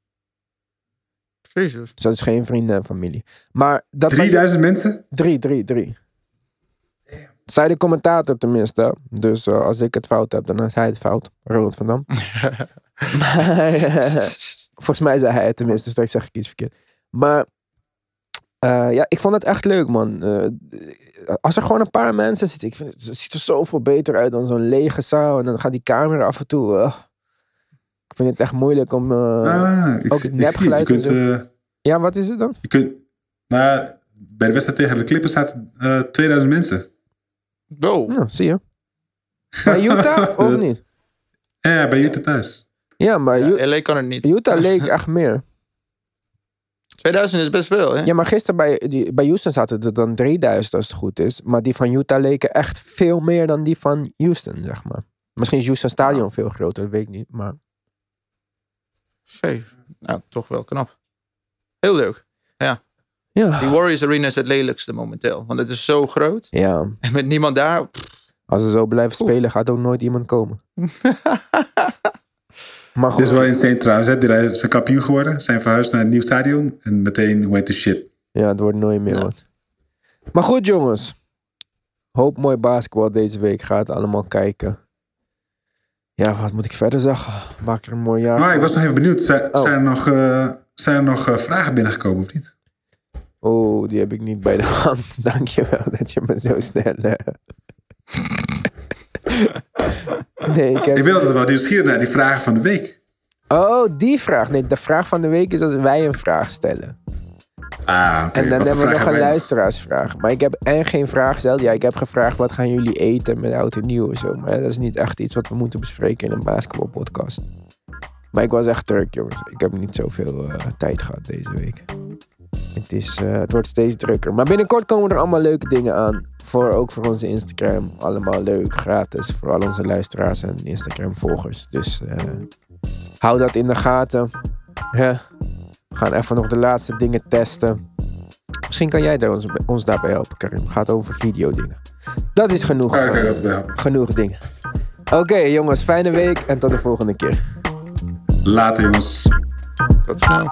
Jezus. Dus dat is geen vrienden en familie. Maar dat drieduizend mensen? Drie, drie, drie. Zei de commentator tenminste. Dus uh, als ik het fout heb, dan is hij het fout. Ronald van Dam. Maar uh, volgens mij zei hij het tenminste. Straks zeg ik iets verkeerd. Maar uh, ja, ik vond het echt leuk, man. Uh, als er gewoon een paar mensen zitten. Ik vind het, het ziet er zoveel beter uit dan zo'n lege zaal. En dan gaat die camera af en toe. Uh, ik vind het echt moeilijk om... Uh, ah, ik, ook het ik zie het. Je nepgeluid kunt, en zo. uh, ja, wat is het dan? je kunt nou, bij de wedstrijd tegen de Clippers zaten uh, tweeduizend mensen. Wow. Nou, zie je. Bij Utah of Dat- niet? Ja, bij Utah thuis. Ja, maar U- Ja, L A kan het niet. Utah leek echt meer. tweeduizend is best veel, hè? Ja, maar gisteren bij, die, bij Houston zaten er dan drieduizend als het goed is. Maar die van Utah leken echt veel meer dan die van Houston, zeg maar. Misschien is Houston stadion veel groter, dat weet ik niet. Maar Vijf. Nou, toch wel knap. Heel leuk. ja, Die Warriors Arena is het lelijkste momenteel. Want het is zo groot. ja. En met niemand daar. pff, Als ze zo blijven spelen, gaat ook nooit iemand komen. Maar Dit is goed, wel insane trouwens. Hè. Ze zijn kampioen geworden. Zijn verhuisd naar een nieuw stadion. En meteen went to shit. ja, het wordt nooit meer Ja. wat. Maar goed, jongens. Hoop mooi basketbal deze week. Gaat allemaal kijken. Ja, wat moet ik verder zeggen? Maak er een mooi jaar. Ah, ik was nog even benieuwd. Zijn, Oh. zijn er nog, uh, zijn er nog uh, vragen binnengekomen of niet? Oh, die heb ik niet bij de hand. Dankjewel dat je me zo snel... Uh... nee, ik heb... Ik ben altijd wel nieuwsgierig naar die vragen van de week. Oh, die vraag. Nee, de vraag van de week is als wij een vraag stellen. Ah, oké. En dan Wat hebben we voor vragen nog een hebben wij luisteraarsvraag. Maar ik heb en geen vraag gesteld. Ja, ik heb gevraagd wat gaan jullie eten met oud en nieuw en zo. Maar dat is niet echt iets wat we moeten bespreken in een basketbalpodcast. Maar ik was echt druk, jongens. Ik heb niet zoveel uh, tijd gehad deze week. Het, is, uh, het wordt steeds drukker. Maar binnenkort komen er allemaal leuke dingen aan. Voor, ook voor onze Instagram. Allemaal leuk, gratis. Voor al onze luisteraars en Instagram-volgers. Dus uh, hou dat in de gaten. Ja. We gaan even nog de laatste dingen testen. Misschien kan jij daar ons, ons daarbij helpen, Karim. Het gaat over videodingen. Dat is genoeg. Ah, oké, dat wel. Genoeg dingen. Oké, okay, jongens. Fijne week. En tot de volgende keer. Later, jongens. Tot snel.